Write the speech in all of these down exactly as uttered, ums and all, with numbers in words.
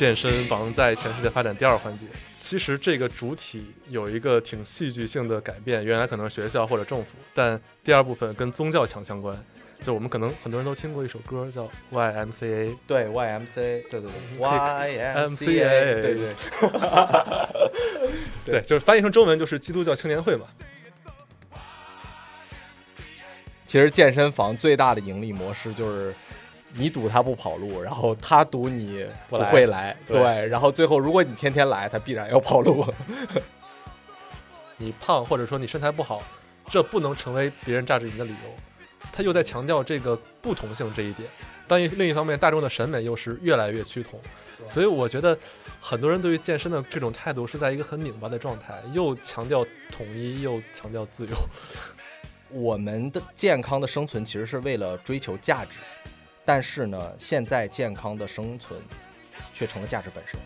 健身房在全世界发展第二环节。其实这个主体有一个挺戏剧性的改变，原来可能学校或者政府，但第二部分跟宗教强相关。就我们可能很多人都听过一首歌叫 Y M C A， 对 Y M C A， 对对对 Y M C A， 对对对，就是翻译成中文就是基督教青年会嘛。 其实健身房最大的盈利模式就是你赌他不跑路，然后他赌你不会来，对，对，然后最后如果你天天来，他必然要跑路。 你胖或者说你身材不好，这不能成为别人榨汁你的理由。他又在强调这个不同性这一点，但另一方面大众的审美又是越来越趋同，所以我觉得很多人对于健身的这种态度是在一个很拧巴的状态，又强调统一又强调自由。 我们的健康的生存其实是为了追求价值，但是呢现在健康的生存却成了价值本身。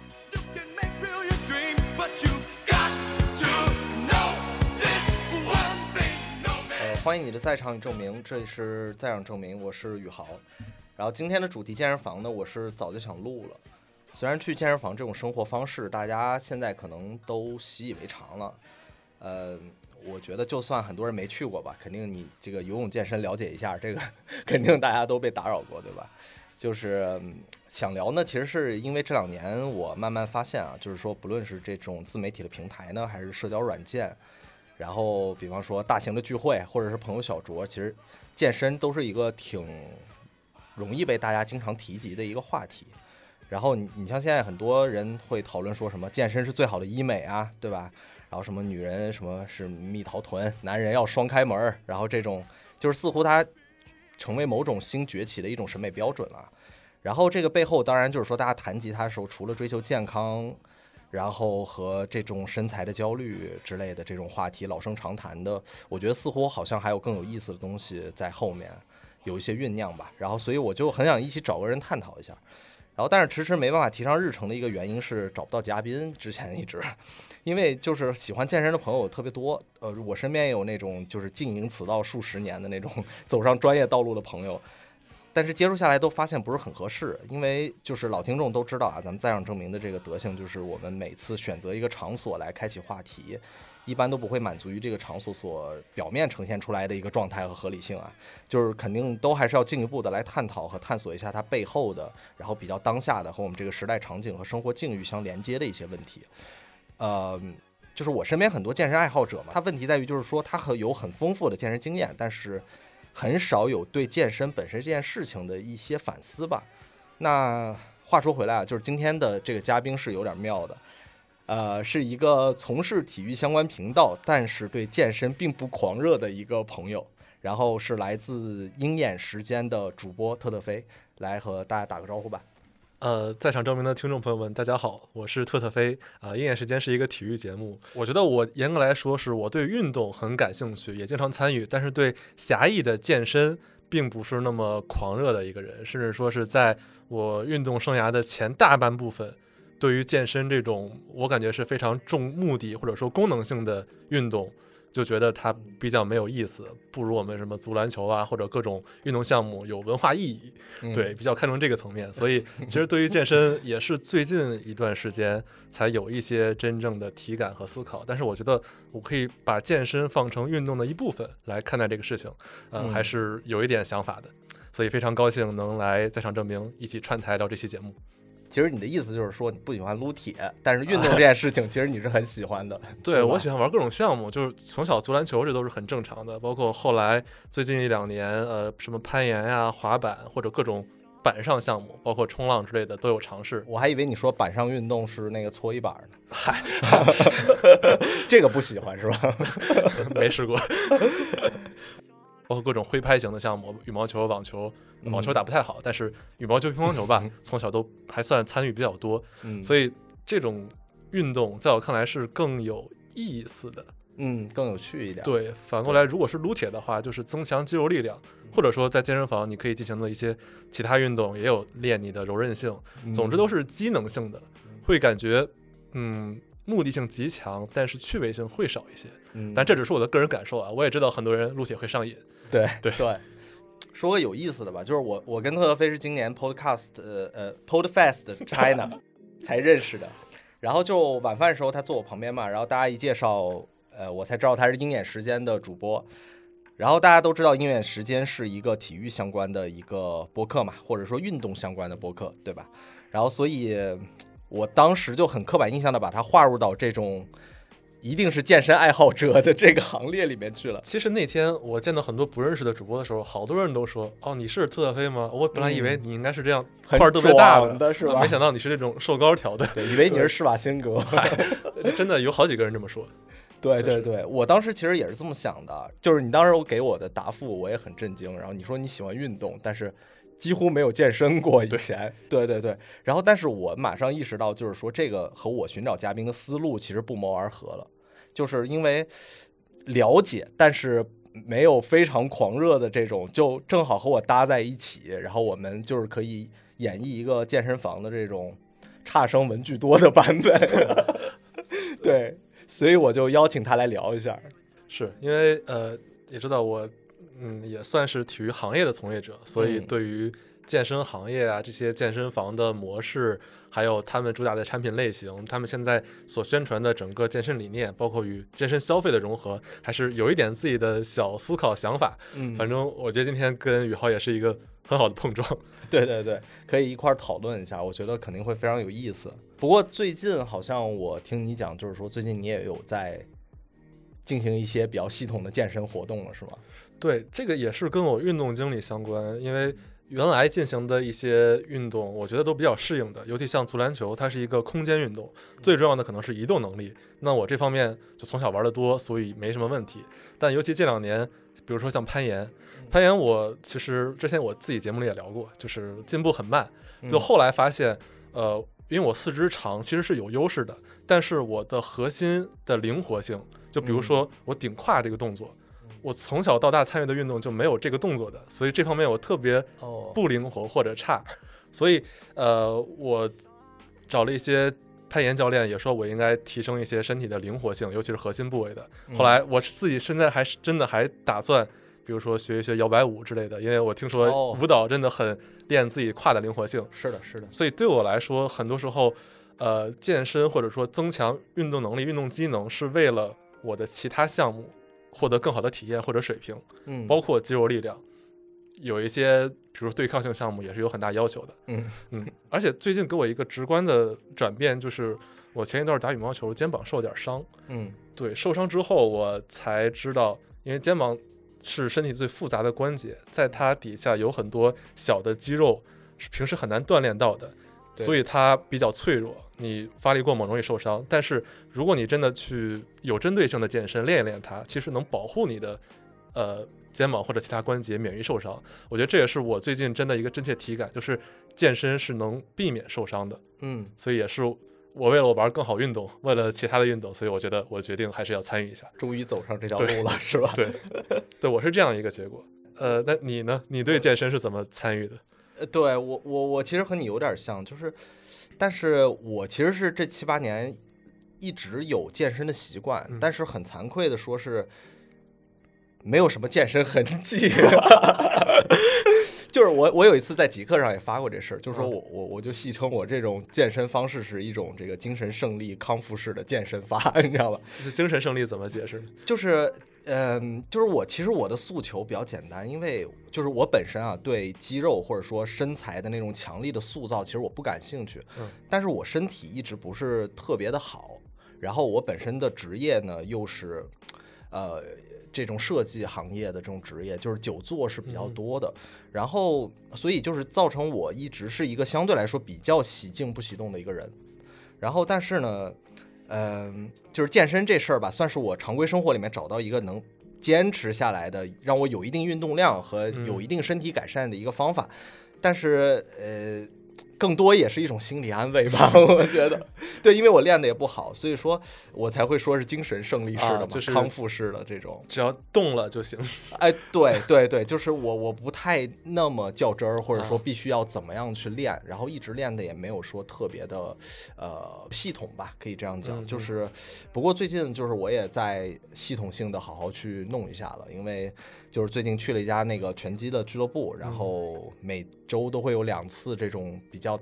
欢迎你的在场与证明，这里是在场证明，我是宇豪。然后今天的主题健身房呢，我是早就想录了。虽然去健身房这种生活方式，大家现在可能都习以为常了，呃，我觉得就算很多人没去过吧，肯定你这个游泳健身了解一下，这个肯定大家都被打扰过，对吧？就是嗯想聊呢，其实是因为这两年我慢慢发现啊，就是说不论是这种自媒体的平台呢，还是社交软件。然后比方说大型的聚会或者是朋友小酌，其实健身都是一个挺容易被大家经常提及的一个话题。然后你你像现在很多人会讨论说什么健身是最好的医美啊，对吧？然后什么女人什么是蜜桃臀，男人要双开门，然后这种就是似乎它成为某种新崛起的一种审美标准了。然后这个背后当然就是说大家谈及它的时候，除了追求健康，然后和这种身材的焦虑之类的这种话题老生常谈的，我觉得似乎好像还有更有意思的东西在后面有一些酝酿吧。然后所以我就很想一起找个人探讨一下，然后但是迟迟没办法提上日程的一个原因是找不到嘉宾，之前一直因为就是喜欢健身的朋友特别多，呃，我身边也有那种就是经营此道数十年的那种走上专业道路的朋友，但是接触下来都发现不是很合适。因为就是老听众都知道啊，咱们在场证明的这个德性，就是我们每次选择一个场所来开启话题，一般都不会满足于这个场所所表面呈现出来的一个状态和合理性啊，就是肯定都还是要进一步的来探讨和探索一下它背后的，然后比较当下的和我们这个时代场景和生活境遇相连接的一些问题。呃，就是我身边很多健身爱好者嘛，他问题在于就是说他有很丰富的健身经验，但是很少有对健身本身这件事情的一些反思吧。那话说回来啊，就是今天的这个嘉宾是有点妙的，呃，是一个从事体育相关频道，但是对健身并不狂热的一个朋友，然后是来自鹰眼时间的主播特特飞，来和大家打个招呼吧。 呃，在场证明的听众朋友们，大家好，我是特特飞啊。鹰眼时间是一个体育节目，我觉得我严格来说是我对运动很感兴趣，也经常参与，但是对狭义的健身并不是那么狂热的一个人，甚至说是在我运动生涯的前大半部分，对于健身这种我感觉是非常重目的或者说功能性的运动，就觉得它比较没有意思，不如我们什么足篮球啊或者各种运动项目有文化意义，对，比较看重这个层面。所以其实对于健身也是最近一段时间才有一些真正的体感和思考，但是我觉得我可以把健身放成运动的一部分来看待这个事情，呃，还是有一点想法的，所以非常高兴能来在场证明一起串台聊这期节目。 其实你的意思就是说你不喜欢撸铁，但是运动这件事情其实你是很喜欢的。 对，我喜欢玩各种项目，就是从小足篮球这都是很正常的，包括后来最近一两年呃什么攀岩呀、滑板或者各种板上项目，包括冲浪之类的都有尝试。 我还以为你说板上运动是那个搓衣板呢。嗨，这个不喜欢是吧？ 没试过。包括各种挥拍型的项目，羽毛球、网球，网球打不太好，嗯、但是羽毛球、乒乓球吧，从小都还算参与比较多，嗯，所以这种运动在我看来是更有意思的， 嗯，更有趣一点。 对，反过来，如果是撸铁的话，就是增强肌肉力量，或者说在健身房你可以进行的一些其他运动，也有练你的柔韧性，嗯、总之都是机能性的，会感觉嗯。目的性极强，但是趣味性会少一些。嗯，但这只是我的个人感受啊。我也知道很多人撸铁会上瘾。 对对对，说个有意思的吧，就是我我跟特特飞是今年 Podcast 呃呃 Podfest China 才认识的。然后就晚饭的时候他坐我旁边嘛，然后大家一介绍，呃，我才知道他是鹰眼时间的主播。然后大家都知道鹰眼时间是一个体育相关的一个播客嘛，或者说运动相关的播客，对吧？然后所以我当时就很刻板印象的把它划入到这种一定是健身爱好者的这个行列里面去了。 其实那天我见到很多不认识的主播的时候，好多人都说：“哦，你是特特飞吗？”我本来以为你应该是这样块儿特别大的, 的是吧？ 没想到你是这种瘦高条的， 对，以为你是施瓦辛格。 真的有好几个人这么说。 对对对，我当时其实也是这么想的，就是你当时给我的答复我也很震惊。然后你说你喜欢运动，但是几乎没有健身过以前。对对对，然后但是我马上意识到，就是说这个和我寻找嘉宾的思路其实不谋而合了。就是因为了解，但是没有非常狂热的这种，就正好和我搭在一起，然后我们就是可以演绎一个健身房的这种差生文具多的版本。对，所以我就邀请他来聊一下。 是因为呃，也知道我嗯也算是体育行业的从业者，所以对于健身行业啊，这些健身房的模式，还有他们主打的产品类型，他们现在所宣传的整个健身理念，包括与健身消费的融合，还是有一点自己的小思考想法。嗯，反正我觉得今天跟宇豪也是一个很好的碰撞。 对对对，可以一块讨论一下，我觉得肯定会非常有意思。不过最近好像我听你讲，就是说最近你也有在进行一些比较系统的健身活动了，是吗？ 对，这个也是跟我运动经历相关，因为原来进行的一些运动我觉得都比较适应的，尤其像足篮球，它是一个空间运动，最重要的可能是移动能力，那我这方面就从小玩的多，所以没什么问题。但尤其这两年比如说像攀岩，攀岩我其实之前我自己节目里也聊过，就是进步很慢，就后来发现呃，因为我四肢长其实是有优势的，但是我的核心的灵活性，就比如说我顶胯这个动作，我从小到大参与的运动就没有这个动作的，所以这方面我特别不灵活或者差。所以呃，我找了一些攀岩教练，也说我应该提升一些身体的灵活性，尤其是核心部位的。后来我自己现在还是真的还打算比如说学一学摇摆舞之类的，因为我听说舞蹈真的很练自己胯的灵活性。 是的是的， 所以对我来说很多时候呃，健身或者说增强运动能力、运动机能是为了我的其他项目获得更好的体验或者水平，嗯，包括肌肉力量，有一些比如对抗性项目也是有很大要求的，嗯嗯。而且最近给我一个直观的转变，就是我前一段打羽毛球，肩膀受点伤，嗯，对，受伤之后我才知道，因为肩膀是身体最复杂的关节，在它底下有很多小的肌肉是平时很难锻炼到的，所以它比较脆弱，你发力过猛容易受伤。但是如果你真的去有针对性的健身练一练它，其实能保护你的呃肩膀或者其他关节免于受伤。我觉得这也是我最近真的一个真切体感，就是健身是能避免受伤的。嗯，所以也是我为了我玩更好运动，为了其他的运动，所以我觉得我决定还是要参与一下。 终于走上这条路了，是吧？ 对，对，我是这样一个结果。呃，那你呢？你对健身是怎么参与的？ 呃，对我我我其实和你有点像，就是，但是我其实是这七八年一直有健身的习惯，嗯、但是很惭愧的说是没有什么健身痕迹。就是我我有一次在极客上也发过这事儿，就是说我我我就戏称我这种健身方式是一种这个精神胜利康复式的健身法，你知道吧？ 精神胜利怎么解释？ 就是嗯，就是我其实我的诉求比较简单，因为就是我本身啊对肌肉或者说身材的那种强力的塑造，其实我不感兴趣。嗯，但是我身体一直不是特别的好，然后我本身的职业呢又是呃这种设计行业的这种职业，就是久坐是比较多的，嗯、然后所以就是造成我一直是一个相对来说比较喜静不喜动的一个人。然后但是呢嗯、呃，就是健身这事儿吧，算是我常规生活里面找到一个能坚持下来的，让我有一定运动量和有一定身体改善的一个方法。嗯、但是呃，更多也是一种心理安慰吧，我觉得。对，因为我练的也不好，所以说我才会说是精神胜利式的嘛，啊、就是康复式的这种， 只要动了就行。 哎，对对对，就是我我不太那么较真儿，或者说必须要怎么样去练，啊、然后一直练的也没有说特别的呃系统吧，可以这样讲。嗯、就是不过最近就是我也在系统性的好好去弄一下了，因为就是最近去了一家那个拳击的俱乐部，然后每周都会有两次这种比较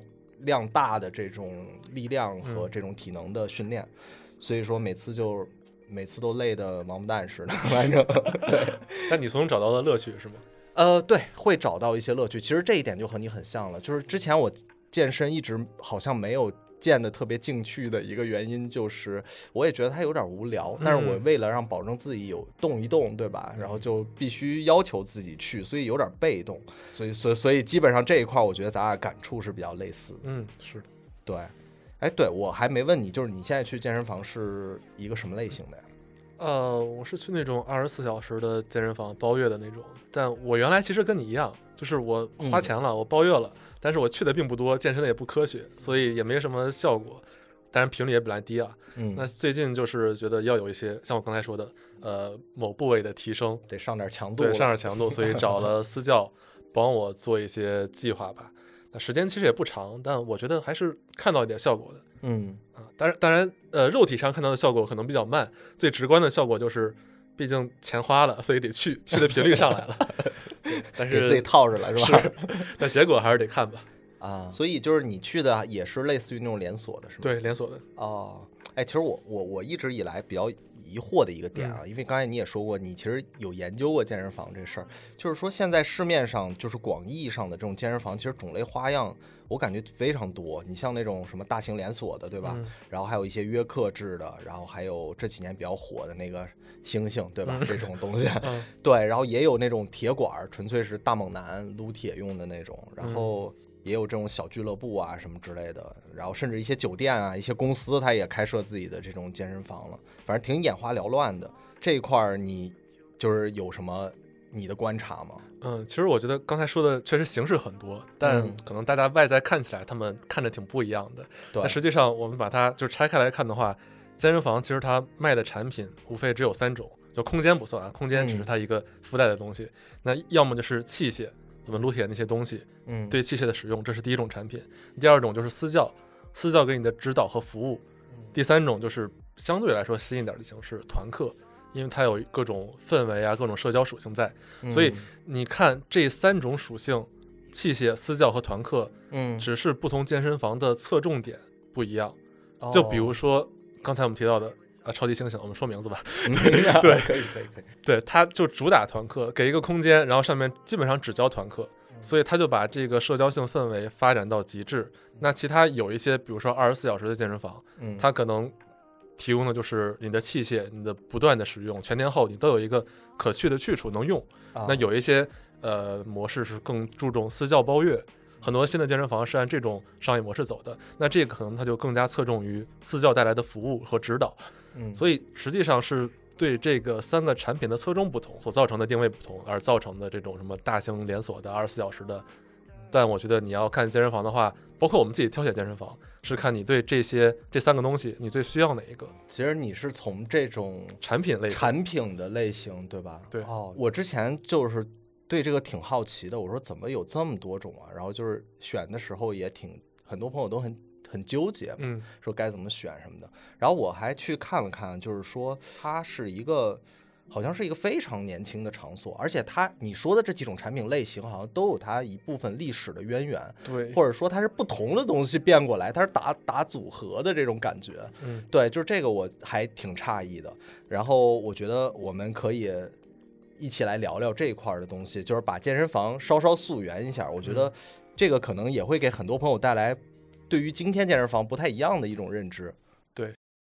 量大的这种力量和这种体能的训练，嗯、所以说每次就每次都累得王八蛋似的，反正对。 但你从中找到了乐趣是吗？ 呃，对，会找到一些乐趣。其实这一点就和你很像了，就是之前我健身一直好像没有健得特别进去的一个原因，就是我也觉得它有点无聊，但是我为了让保证自己有动一动，对吧？然后就必须要求自己去，所以有点被动。所以，所以，所以基本上这一块，我觉得咱俩感触是比较类似。 嗯，是的， 对。哎，对，我还没问你，就是你现在去健身房是一个什么类型的呀？ 呃，我是去那种二十四小时的健身房包月的那种，但我原来其实跟你一样，就是我花钱了，嗯、我包月了，但是我去的并不多，健身的也不科学，所以也没什么效果，当然频率也本来低啊。嗯，那最近就是觉得要有一些像我刚才说的，呃，某部位的提升， 得上点强度， 对，上点强度，所以找了私教帮我做一些计划吧。那时间其实也不长，但我觉得还是看到一点效果的。 嗯啊，当然，当然，呃，肉体上看到的效果可能比较慢，最直观的效果就是，毕竟钱花了，所以得去，去的频率上来了。但是给自己套着了是吧？ 是，但结果还是得看吧。 啊，所以就是你去的也是类似于那种连锁的，是吗？ 对，连锁的。 哦，哎，其实我我我一直以来比较疑惑的一个点啊，嗯、因为刚才你也说过，你其实有研究过健身房这事儿，就是说现在市面上就是广义上的这种健身房，其实种类花样我感觉非常多。你像那种什么大型连锁的，对吧？嗯、然后还有一些约课制的，然后还有这几年比较火的那个星星，对吧？嗯、这种东西，嗯、对，然后也有那种铁管，纯粹是大猛男撸铁用的那种，然后。嗯也有这种小俱乐部啊什么之类的，然后甚至一些酒店啊一些公司它也开设自己的这种健身房了，反正挺眼花缭乱的。这一块你就是有什么你的观察吗？ 嗯，其实我觉得刚才说的确实形式很多，但可能大家外在看起来他们看着挺不一样的。 对、 但实际上我们把它就拆开来看的话，健身房其实它卖的产品无非只有三种，就空间不算啊，空间只是它一个附带的东西。嗯、那要么就是器械，我们撸铁那些东西，嗯，对器械的使用，这是第一种产品。第二种就是私教，私教给你的指导和服务。第三种就是相对来说新一点的形式，团课，因为它有各种氛围啊，各种社交属性在。所以你看这三种属性，器械、私教和团课，嗯，只是不同健身房的侧重点不一样。哦、就比如说刚才我们提到的。啊，超级猩猩，我们说名字吧。对， 可以，可以，可以。 对，他就主打团课，给一个空间，然后上面基本上只教团课，嗯、所以他就把这个社交性氛围发展到极致。嗯、那其他有一些，比如说二十四小时的健身房，嗯，它可能提供的就是你的器械，你的不断的使用，全天候你都有一个可去的去处能用。啊、那有一些呃模式是更注重私教包月。很多新的健身房是按这种商业模式走的，那这个可能它就更加侧重于私教带来的服务和指导。嗯，所以实际上是对这个三个产品的侧重不同所造成的定位不同，而造成的这种什么大型连锁的二十四小时的。但我觉得你要看健身房的话，包括我们自己挑选健身房，是看你对这些这三个东西你最需要哪一个。 其实你是从这种产品类型产品的类型，对吧？ 对。 哦，我之前就是对这个挺好奇的，我说怎么有这么多种啊？然后就是选的时候也挺，很多朋友都很很纠结嘛，嗯，说该怎么选什么的。然后我还去看了看，就是说它是一个好像是一个非常年轻的场所，而且它你说的这几种产品类型好像都有它一部分历史的渊源， 对， 或者说它是不同的东西变过来，它是打打组合的这种感觉，嗯，对，就是这个我还挺诧异的。然后我觉得我们可以一起来聊聊这一块的东西，就是把健身房稍稍溯源一下。我觉得这个可能也会给很多朋友带来对于今天健身房不太一样的一种认知。 对，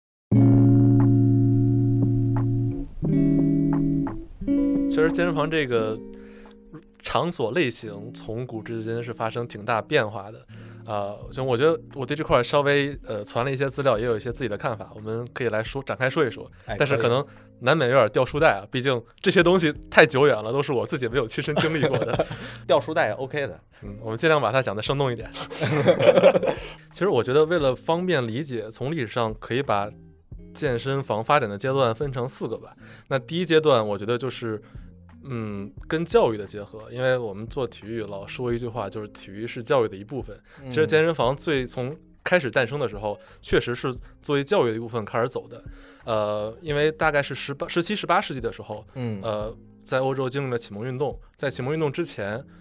其实健身房这个场所类型从古至今是发生挺大变化的。呃，就我觉得我对这块稍微呃传了一些资料，也有一些自己的看法，我们可以来说展开说一说。 哎、 但是可能难免有点掉书袋啊，毕竟这些东西太久远了，都是我自己没有亲身经历过的。 掉书袋 OK 的， 嗯，我们尽量把它讲得生动一点。其实我觉得为了方便理解，从历史上可以把健身房发展的阶段分成四个吧。那第一阶段，我觉得就是嗯，跟教育的结合，因为我们做体育老说一句话，就是体育是教育的一部分。其实健身房最从开始诞生的时候，确实是作为教育的一部分开始走的。呃，因为大概是十八、十七、十八世纪的时候，嗯，呃，在欧洲经历了启蒙运动，在启蒙运动之前，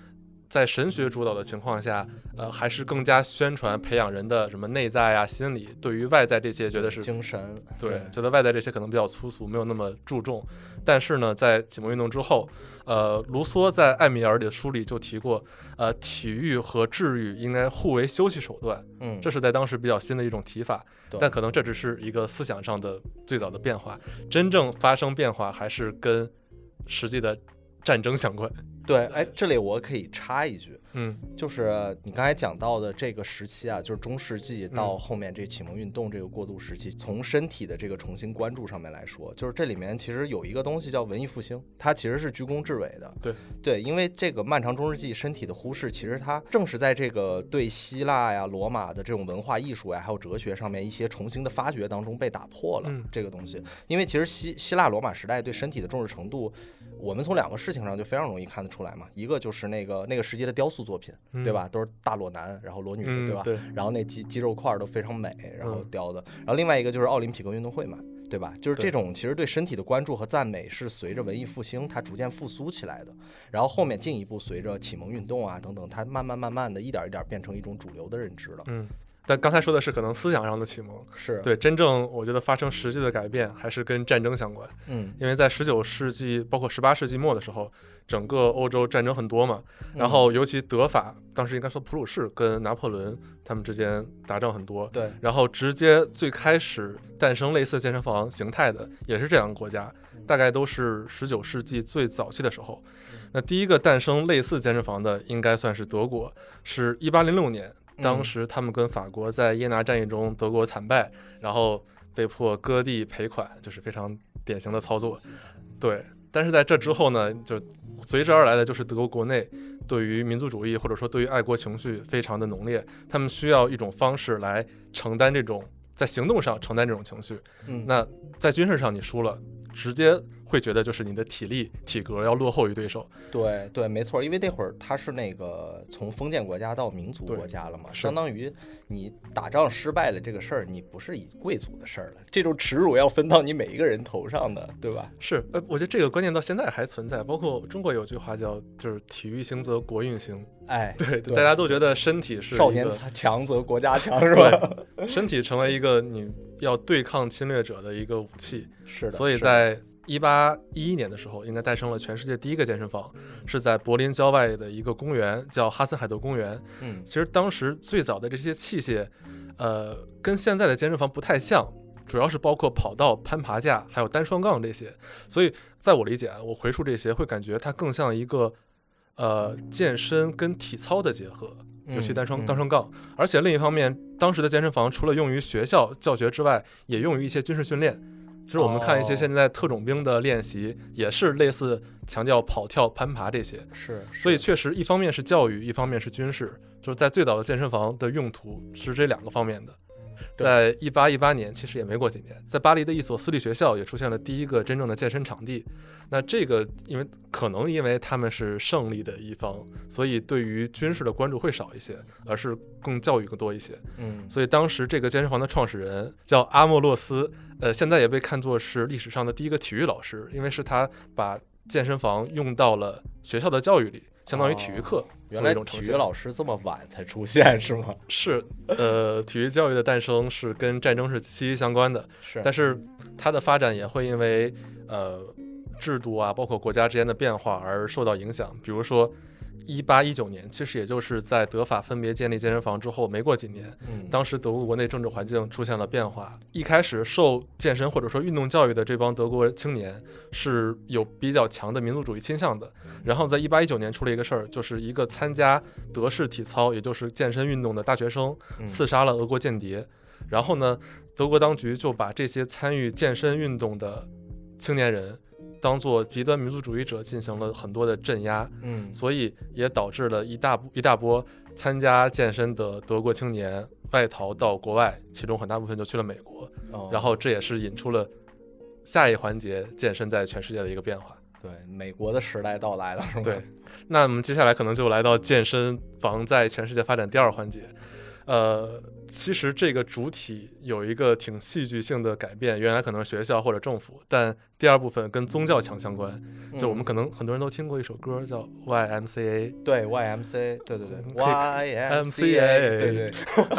在神学主导的情况下，呃，还是更加宣传培养人的什么内在啊、心理，对于外在这些觉得是精神， 对， 对觉得外在这些可能比较粗俗，没有那么注重。但是呢，在启蒙运动之后，呃，卢梭在《艾米尔》里的书里就提过，呃，体育和治愈应该互为休息手段， 嗯， 这是在当时比较新的一种提法， 对但可能这只是一个思想上的最早的变化，真正发生变化还是跟实际的战争相关。 对，哎，这里我可以插一句， 嗯， 就是你刚才讲到的这个时期啊，就是中世纪到后面这启蒙运动这个过渡时期，从身体的这个重新关注上面来说，就是这里面其实有一个东西叫文艺复兴，它其实是居功至伟的。 对对，因为这个漫长中世纪身体的忽视，其实它正是在这个对希腊呀、罗马的这种文化艺术呀，还有哲学上面一些重新的发掘当中被打破了、 嗯、 这个东西。因为其实希希腊罗马时代对身体的重视程度，我们从两个事情上就非常容易看得出来嘛，一个就是那个那个时期的雕塑作品， 嗯、 对吧？都是大裸男，然后裸女， 嗯、 对吧？ 对。 然后那肌肌肉块都非常美，然后雕的。嗯、然后另外一个就是奥林匹克运动会嘛，对吧？就是这种其实对身体的关注和赞美是随着文艺复兴它逐渐复苏起来的，然后后面进一步随着启蒙运动啊等等，它慢慢慢慢的一点一点变成一种主流的认知了。 嗯。但刚才说的是可能思想上的启蒙， 是对真正我觉得发生实际的改变还是跟战争相关。 嗯， 因为在十九世纪包括十八世纪末的时候，整个欧洲战争很多嘛，然后尤其德法当时应该说普鲁士跟拿破仑他们之间打仗很多， 对， 然后直接最开始诞生类似健身房形态的也是这两个国家，大概都是十九世纪最早期的时候。那第一个诞生类似健身房的应该算是德国，是一八零六年。当时他们跟法国在耶拿战役中德国惨败，然后被迫割地赔款，就是非常典型的操作。对，但是在这之后呢，就随之而来的就是德国国内对于民族主义或者说对于爱国情绪非常的浓烈，他们需要一种方式来承担这种在行动上承担这种情绪。 嗯， 那在军事上你输了，直接会觉得就是你的体力体格要落后于对手。 对对，没错，因为那会儿他是那个从封建国家到民族国家了嘛，相当于你打仗失败了这个事儿，你不是以贵族的事儿了，这种耻辱要分到你每一个人头上的，对吧？ 是，呃，我觉得这个观念到现在还存在，包括中国有句话叫就是体育兴则国运兴。 哎， 对，对大家都觉得身体是少年强则国家强，是吧？ 身体成为一个你要对抗侵略者的一个武器。 是的， 所以在一八一一年的时候，应该诞生了全世界第一个健身房，是在柏林郊外的一个公园，叫哈森海德公园。 嗯， 其实当时最早的这些器械，呃，跟现在的健身房不太像，主要是包括跑道、攀爬架，还有单双杠这些。所以在我理解，我回述这些会感觉它更像一个呃健身跟体操的结合。尤其单双、嗯、单双杠，而且另一方面，当时的健身房除了用于学校教学之外，也用于一些军事训练。其实我们看一些现在特种兵的练习，哦、也是类似强调跑跳、攀爬这些。 是， 所以确实一方面是教育，一方面是军事，就是在最早的健身房的用途是这两个方面的。在一八一八年，其实也没过几年，在巴黎的一所私立学校也出现了第一个真正的健身场地。那这个因为可能因为他们是胜利的一方，所以对于军事的关注会少一些，而是更教育更多一些。 嗯， 所以当时这个健身房的创始人叫阿莫洛斯，呃，现在也被看作是历史上的第一个体育老师，因为是他把健身房用到了学校的教育里，相当于体育课。哦， 原来体育老师这么晚才出现是吗？ 是，呃，体育教育的诞生是跟战争是息息相关的， 是， 但是它的发展也会因为呃制度啊，包括国家之间的变化而受到影响。比如说，一八一九年，其实也就是在德法分别建立健身房之后没过几年， 嗯， 当时德国国内政治环境出现了变化。一开始受健身或者说运动教育的这帮德国青年是有比较强的民族主义倾向的。然后在一八一九年出了一个事儿，就是一个参加德式体操，也就是健身运动的大学生刺杀了俄国间谍。嗯，然后呢，德国当局就把这些参与健身运动的青年人当作极端民族主义者进行了很多的镇压。 嗯， 所以也导致了一大一大波参加健身的德国青年外逃到国外，其中很大部分就去了美国。 哦， 然后这也是引出了下一环节健身在全世界的一个变化。 对，美国的时代到来了，是吧？ 对，那我们接下来可能就来到健身房在全世界发展第二环节。 呃，其实这个主体有一个挺戏剧性的改变，原来可能是学校或者政府，但第二部分跟宗教强相关。就我们可能很多人都听过一首歌叫 Y M C A， 对 Y M C A， 对对对 Y M C A， 对对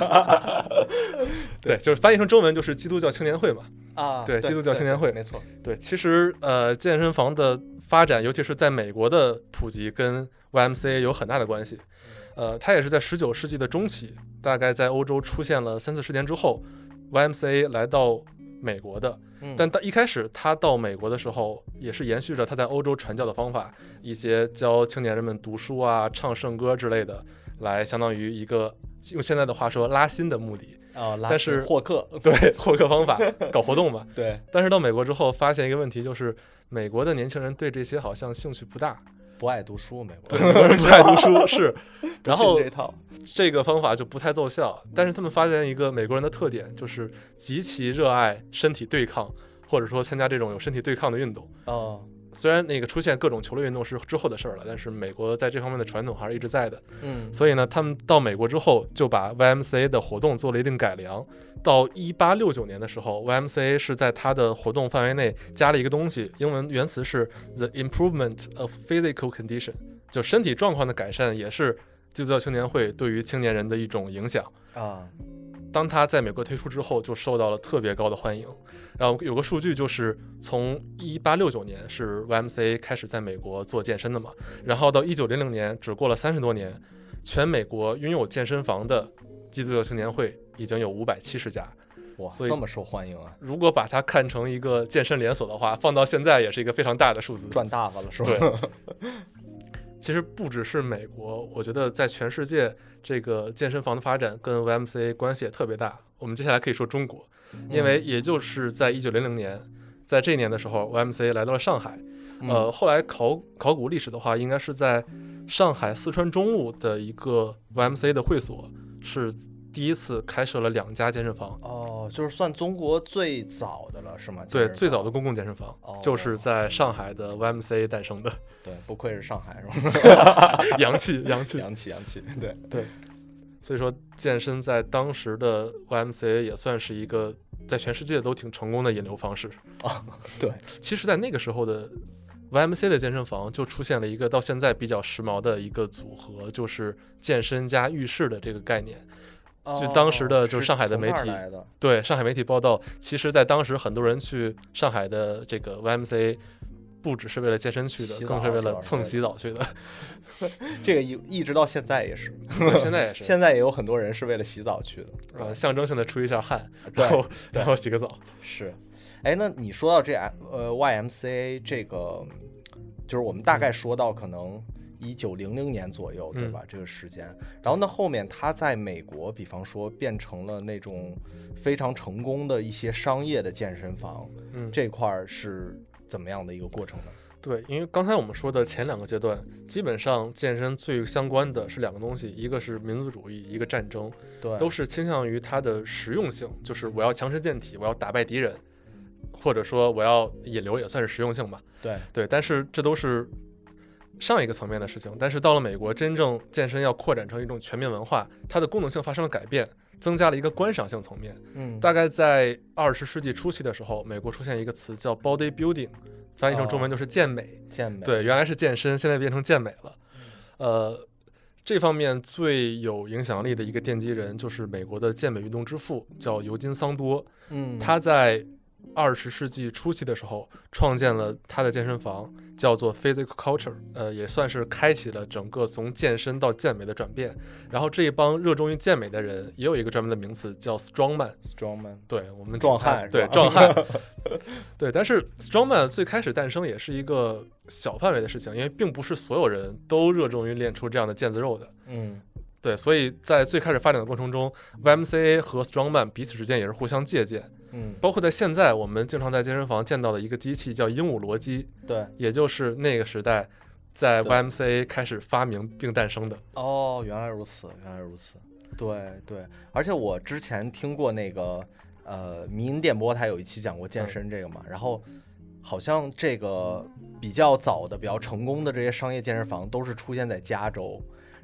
对，就是翻译成中文就是基督教青年会嘛。 啊， 对，基督教青年会， 没错。 对，其实呃，健身房的发展，尤其是在美国的普及，跟 Y M C A 有很大的关系。呃，它也是在十九世纪的中期，大概在欧洲出现了三四十年之后 ，Y M C A 来到美国的。但到一开始他到美国的时候，也是延续着他在欧洲传教的方法，一些教青年人们读书啊、唱圣歌之类的，来相当于一个用现在的话说拉新的目的。 哦， 但是获客， 对，获客方法搞活动嘛。 对。 但是到美国之后，发现一个问题，就是美国的年轻人对这些好像兴趣不大。 不爱读书，美国对，美国人不爱读书是，然后这套这个方法就不太奏效。但是他们发现一个美国人的特点，就是极其热爱身体对抗，或者说参加这种有身体对抗的运动。 哦， 虽然那个出现各种球类运动是之后的事儿了，但是美国在这方面的传统还是一直在的。 嗯， 所以呢，他们到美国之后就把 Y M C A 的活动做了一定改良。到一八六九年的时候 ，Y M C A 是在它的活动范围内加了一个东西，英文原词是 The Improvement of Physical Condition， 就身体状况的改善，也是基督教青年会对于青年人的一种影响啊。 当他在美国推出之后，就受到了特别高的欢迎。然后有个数据就是，从一八六九年是 Y M C A 开始在美国做健身的嘛，然后到一九零零年，只过了三十多年，全美国拥有健身房的基督教青年会已经有五百七十家。 哇， 所以这么受欢迎啊！ 如果把它看成一个健身连锁的话，放到现在也是一个非常大的数字， 赚大发了是吧？ 对。其实不只是美国，我觉得在全世界，这个健身房的发展跟 Y M C A 关系也特别大。我们接下来可以说中国，因为也就是在一九零零年，在这一年的时候 ，Y M C A 来到了上海。呃，后来考考古历史的话，应该是在上海四川中路的一个 Y M C A 的会所是第一次开设了两家健身房。 哦，就是算中国最早的了，是吗？ 对，最早的公共健身房、哦、就是在上海的 Y M C A 诞生的。 对，不愧是上海，是吧？ 洋气，洋气， 洋气，洋气。对对，所以说健身在当时的 Y M C A 也算是一个在全世界都挺成功的引流方式。 哦，对。 其实，在那个时候的 Y M C A 的健身房就出现了一个到现在比较时髦的一个组合，就是健身加浴室的这个概念。据当时的就上海的媒体、 哦、 对上海媒体报道，其实在当时很多人去上海的这个 Y M C A 不只是为了健身去的，更是为了蹭洗澡去的。 这个一一直到现在也是， 现在也是， 现在也有很多人是为了洗澡去的， 呃，象征性的出一下汗，然后然后洗个澡。 是，哎，那你说到这呃 Y M C A 这个，就是我们大概说到可能一九零零年左右，对吧？嗯、这个时间，然后呢，后面他在美国，比方说变成了那种非常成功的一些商业的健身房， 嗯， 这块是怎么样的一个过程呢？ 对，因为刚才我们说的前两个阶段，基本上健身最相关的是两个东西，一个是民族主义，一个战争， 对， 都是倾向于它的实用性，就是我要强身健体，我要打败敌人，或者说我要引流，也算是实用性吧。 对对，但是这都是上一个层面的事情。但是到了美国，真正健身要扩展成一种全面文化，它的功能性发生了改变，增加了一个观赏性层面。 嗯， 大概在二十世纪初期的时候，美国出现一个词叫 body building， 翻译成中文就是健美。 哦、健美， 对，原来是健身，现在变成健美了。呃，这方面最有影响力的一个奠基人就是美国的健美运动之父，叫尤金·桑多。 嗯， 他在二十世纪初期的时候创建了他的健身房，叫做 Physical Culture， 呃，也算是开启了整个从健身到健美的转变。然后这一帮热衷于健美的人也有一个专门的名词叫 Strongman。Strongman， 对，我们壮汉， 对，壮汉。对，但是 Strongman 最开始诞生也是一个小范围的事情，因为并不是所有人都热衷于练出这样的腱子肉的。 嗯。 对，所以在最开始发展的过程中 ，Y M C A 和 Strongman 彼此之间也是互相借鉴。 嗯， 包括在现在我们经常在健身房见到的一个机器叫鹦鹉螺机， 对， 也就是那个时代在 Y M C A 开始发明并诞生的。 哦，原来如此，原来如此。对对，而且我之前听过那个呃迷音电波，他有一期讲过健身这个嘛，嗯、然后好像这个比较早的、比较成功的这些商业健身房都是出现在加州。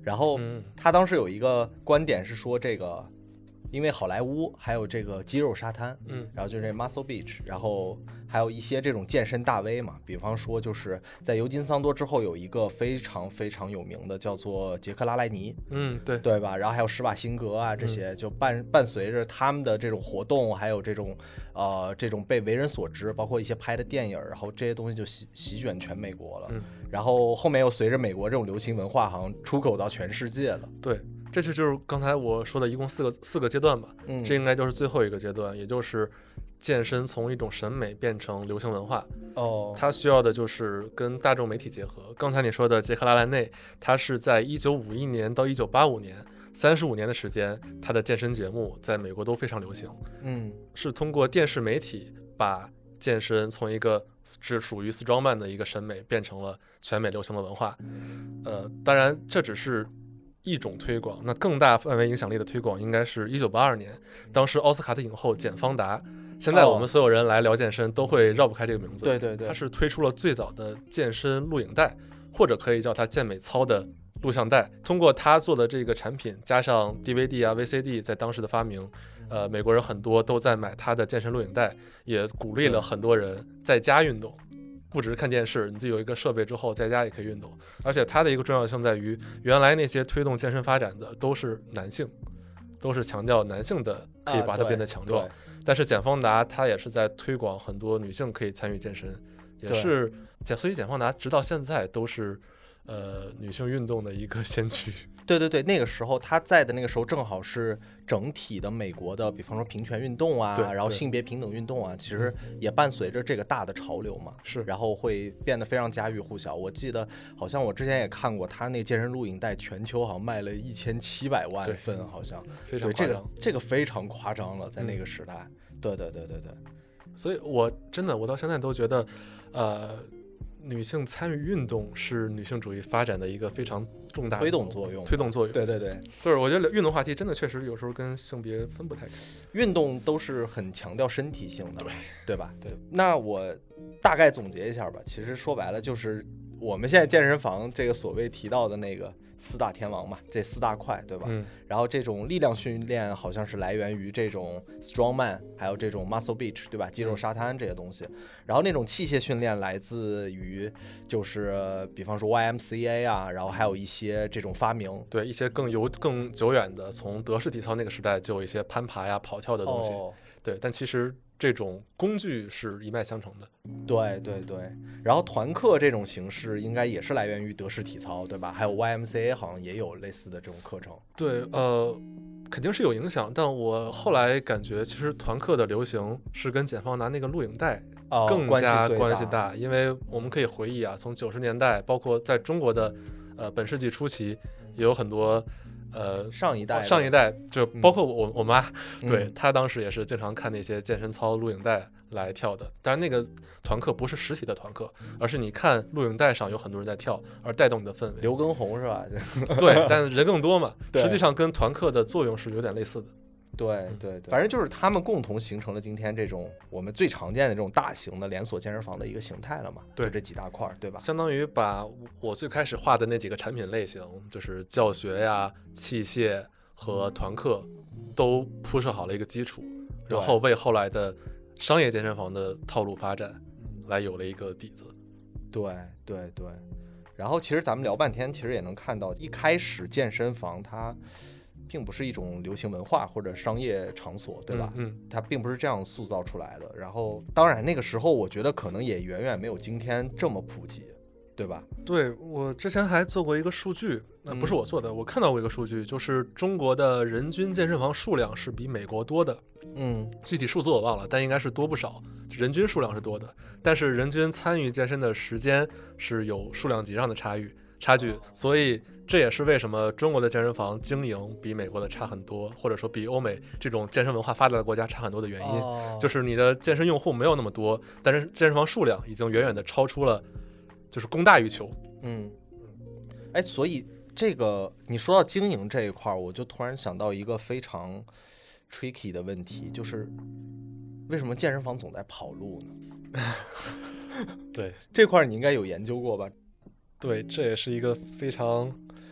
然后他当时有一个观点是说，这个因为好莱坞还有这个肌肉沙滩， 嗯， 然后就是这 Muscle Beach， 然后还有一些这种健身大 V 嘛，比方说就是在尤金桑多之后有一个非常非常有名的叫做杰克拉莱尼， 嗯，对对吧？然后还有施瓦辛格啊这些，就伴伴随着他们的这种活动，还有这种呃这种被为人所知，包括一些拍的电影，然后这些东西就席席卷全美国了。 嗯， 然后后面又随着美国这种流行文化，好像出口到全世界了。 对。这就就是刚才我说的一共四个四个阶段吧， 嗯， 这应该就是最后一个阶段，也就是健身从一种审美变成流行文化。 哦， 它需要的就是跟大众媒体结合。刚才你说的杰克拉莱内，他是在一九五一年到一九八五年三十五年的时间，他的健身节目在美国都非常流行。 嗯， 是通过电视媒体把健身从一个只属于 strongman 的一个审美变成了全美流行的文化。呃，当然这只是一种推广，那更大范围影响力的推广应该是一九八二年，当时奥斯卡的影后简方达，现在我们所有人来聊健身都会绕不开这个名字。 对对对， 他是推出了最早的健身录影带，或者可以叫它健美操的录像带。通过他做的这个产品，加上 D V D 啊 V C D 在当时的发明，呃，美国人很多都在买他的健身录影带，也鼓励了很多人在家运动。不只是看电视，你自己有一个设备之后，在家也可以运动。而且它的一个重要性在于，原来那些推动健身发展的都是男性，都是强调男性的可以把它变得强壮。 啊、 但是简方达他也是在推广很多女性可以参与健身，也是所以简方达直到现在都是呃女性运动的一个先驱。 对对对，那个时候他在的那个时候正好是整体的美国的，比方说平权运动啊，然后性别平等运动啊，其实也伴随着这个大的潮流嘛， 是， 然后会变得非常家喻户晓。我记得好像我之前也看过他那健身录影带，全球好像卖了一千七百万份，好像非常对这个这个非常夸张了，在那个时代。嗯、对对对对对， 所以我真的我到现在都觉得，呃。女性参与运动是女性主义发展的一个非常重大的推动作用， 推动作用。 对对对， 就是我觉得运动话题真的确实有时候跟性别分不太开。 运动都是很强调身体性的， 对对吧？ 对。 那我大概总结一下吧，其实说白了就是我们现在健身房这个所谓提到的那个四大天王嘛，这四大块，对吧？ 嗯。 然后这种力量训练好像是来源于这种 strongman， 还有这种 muscle beach， 对吧？肌肉沙滩这些东西。嗯、然后那种器械训练来自于就是比方说 Y M C A 啊，然后还有一些这种发明， 对一些更悠更久远的，从德式体操那个时代就有一些攀爬呀、跑跳的东西。 哦、 对，但其实这种工具是一脉相承的。 对对对，然后团课这种形式应该也是来源于德式体操，对吧？还有 Y M C A 好像也有类似的这种课程。 对，呃，肯定是有影响，但我后来感觉其实团课的流行是跟简方达那个录影带更加关系大， 哦、 因为我们可以回忆啊，从九十年代，包括在中国的呃本世纪初期，也有很多。呃， 上一代上一代就包括我、嗯、我妈，对、 嗯、 她当时也是经常看那些健身操录影带来跳的。当然，那个团课不是实体的团课，而是你看录影带上有很多人在跳，而带动你的氛围。 刘畊宏是吧？ 对，但人更多嘛，实际上跟团课的作用是有点类似的。 对对对，反正就是他们共同形成了今天这种我们最常见的这种大型的连锁健身房的一个形态了嘛。 对， 就这几大块，对吧？ 相当于把我最开始画的那几个产品类型，就是教学呀、器械和团课，都铺设好了一个基础，然后为后来的商业健身房的套路发展来有了一个底子。 对对对，然后其实咱们聊半天，其实也能看到，一开始健身房它并不是一种流行文化或者商业场所，对吧？ 嗯, 嗯， 它并不是这样塑造出来的。然后，当然那个时候，我觉得可能也远远没有今天这么普及，对吧？ 对，我之前还做过一个数据，那不是我做的，嗯、我看到过一个数据，就是中国的人均健身房数量是比美国多的。 嗯， 具体数字我忘了，但应该是多不少。人均数量是多的，但是人均参与健身的时间是有数量级上的差异差距，所以这也是为什么中国的健身房经营比美国的差很多，或者说比欧美这种健身文化发达的国家差很多的原因。 哦、 就是你的健身用户没有那么多，但是健身房数量已经远远的超出了，就是供大于求。 嗯，哎，所以这个你说到经营这一块，我就突然想到一个非常 tricky 的问题，就是为什么健身房总在跑路呢？ 对， 这块你应该有研究过吧？ 对，这也是一个非常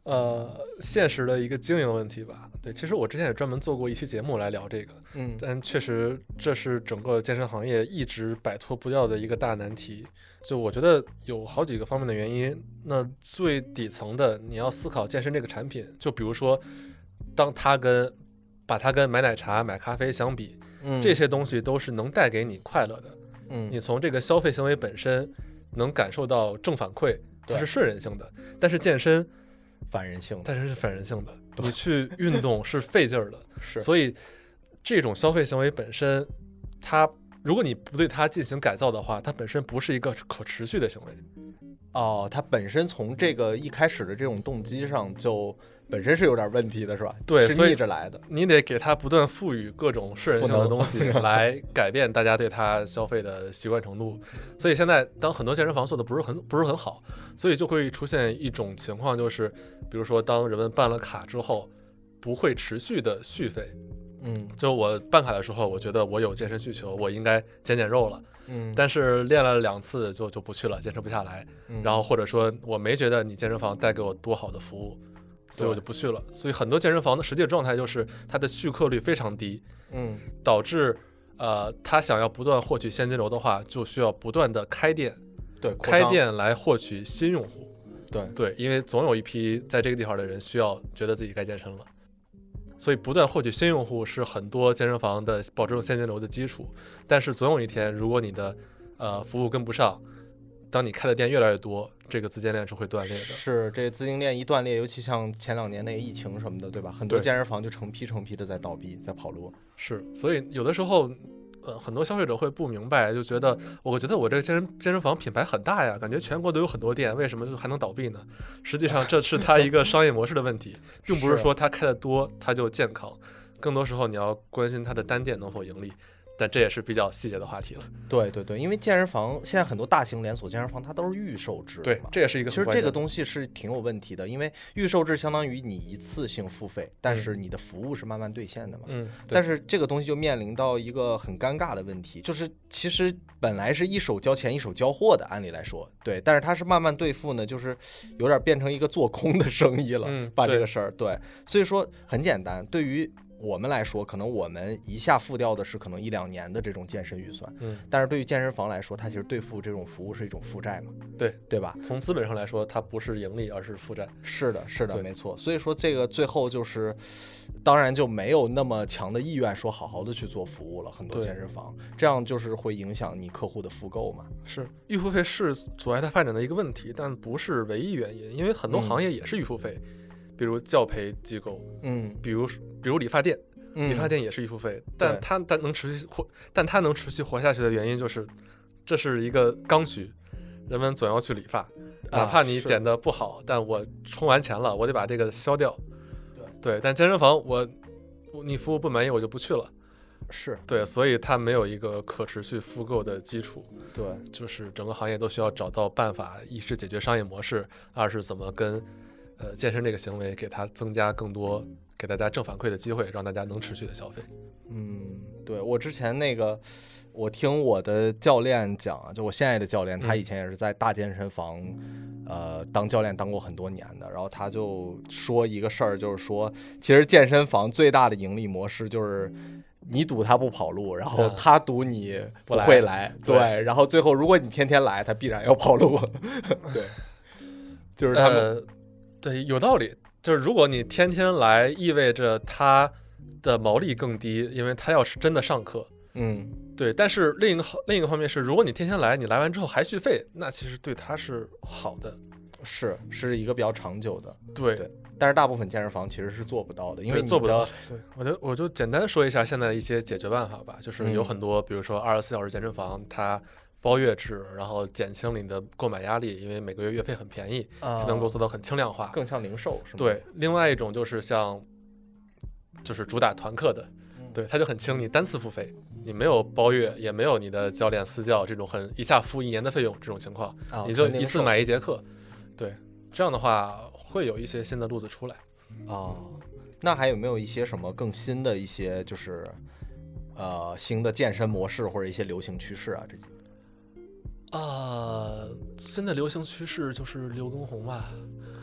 呃，现实的一个经营问题吧。对，其实我之前也专门做过一期节目来聊这个， 嗯， 但确实这是整个健身行业一直摆脱不掉的一个大难题。就我觉得有好几个方面的原因。那最底层的，你要思考健身这个产品，就比如说，当它跟把它跟买奶茶、买咖啡相比， 嗯， 这些东西都是能带给你快乐的。 嗯， 你从这个消费行为本身能感受到正反馈，它是顺人性的。但是健身反人性的， 但是是反人性的，你去运动是费劲儿的。 是， 所以这种消费行为本身，它如果你不对它进行改造的话，它本身不是一个可持续的行为。 哦，它本身从这个一开始的这种动机上就本身是有点问题的，是吧？ 对， 是逆着来的。 你得给它不断赋予各种是人性的东西，来改变大家对它消费的习惯程度。所以现在当很多健身房做的不是很不是很好，所以就会出现一种情况，就是比如说当人们办了卡之后，不会持续的续费。 嗯， 就我办卡的时候，我觉得我有健身需求，我应该减减肉了。 嗯， 但是练了两次就就不去了，坚持不下来。 嗯、 然后或者说我没觉得你健身房带给我多好的服务，所以我就不去了。所以很多健身房的实际状态就是它的续客率非常低， 嗯， 导致呃他想要不断获取现金流的话，就需要不断的开店， 对， 开店来获取新用户。 对对，因为总有一批在这个地方的人需要觉得自己该健身了。所以不断获取新用户是很多健身房的保证现金流的基础，但是总有一天，如果你的呃服务跟不上，当你开的店越来越多，这个资金链是会断裂的。 是，这资金链一断裂，尤其像前两年那个疫情什么的，对吧？很多健身房就成批成批的在倒闭，在跑路。 是，所以有的时候。呃，很多消费者会不明白，就觉得，我觉得我这个健身健身房品牌很大呀，感觉全国都有很多店，为什么就还能倒闭呢？实际上这是它一个商业模式的问题，并不是说它开的多它就健康，更多时候你要关心它的单店能否盈利，但这也是比较细节的话题了。 对对对，因为健身房现在很多大型连锁健身房它都是预售制， 对，这也是一个其实这个东西是挺有问题的，因为预售制相当于你一次性付费，但是你的服务是慢慢兑现的嘛。 嗯， 但是这个东西就面临到一个很尴尬的问题，就是其实本来是一手交钱一手交货的，按理来说，对，但是它是慢慢兑付呢，就是有点变成一个做空的生意了， 嗯， 把这个事儿，对，所以说很简单，对于我们来说，可能我们一下付掉的是可能一两年的这种健身预算， 嗯， 但是对于健身房来说，它其实兑付这种服务是一种负债嘛， 对对吧？ 从资本上来说，它不是盈利，而是负债。 是的，是的，没错。所以说这个最后就是，当然就没有那么强的意愿说好好的去做服务了，很多健身房，这样就是会影响你客户的复购嘛。 是，预付费是阻碍它发展的一个问题，但不是唯一原因，因为很多行业也是预付费。嗯，比如教培机构， 嗯， 比如比如理发店，理发店也是预付费，嗯，但它但能持续活，但它能持续活下去的原因就是，这是一个刚需，人们总要去理发，哪怕你剪得不好，啊，但我充完钱了，我得把这个消掉。对，对，但健身房我你服务不满意我就不去了。 是对，所以它没有一个可持续复购的基础。 对， 就是整个行业都需要找到办法，一是解决商业模式，二是怎么跟。呃，健身这个行为给它增加更多给大家正反馈的机会，让大家能持续的消费。 嗯，对，我之前那个，我听我的教练讲，就我现在的教练，他以前也是在大健身房，呃，当教练当过很多年的。然后他就说一个事儿，就是说，其实健身房最大的盈利模式就是你赌他不跑路，然后他赌你不会来， 嗯、 对, 对，然后最后如果你天天来，他必然要跑路。对，就是他们。 呃对，有道理。就是如果你天天来，意味着他的毛利更低，因为他要是真的上课。 嗯， 对。但是另一个另一个方面是，如果你天天来，你来完之后还续费，那其实对他是好的， 是是一个比较长久的。 对。 对，但是大部分健身房其实是做不到的，因为你做不到。对，我就我就简单说一下现在的一些解决办法吧。就是有很多， 嗯、 比如说二十四小时健身房，它。包月制，然后减轻了你的购买压力，因为每个月月费很便宜，它能够做到很轻量化， 更像零售是吗？ 对，另外一种就是像，就是主打团课的， 嗯、 对，它就很轻，你单次付费，你没有包月，也没有你的教练私教这种很一下付一年的费用这种情况， 啊、 你就一次买一节课，对，这样的话会有一些新的路子出来。 哦，那还有没有一些什么更新的一些就是呃新的健身模式或者一些流行趋势啊？这几啊、呃，新的流行趋势就是刘畊宏吧。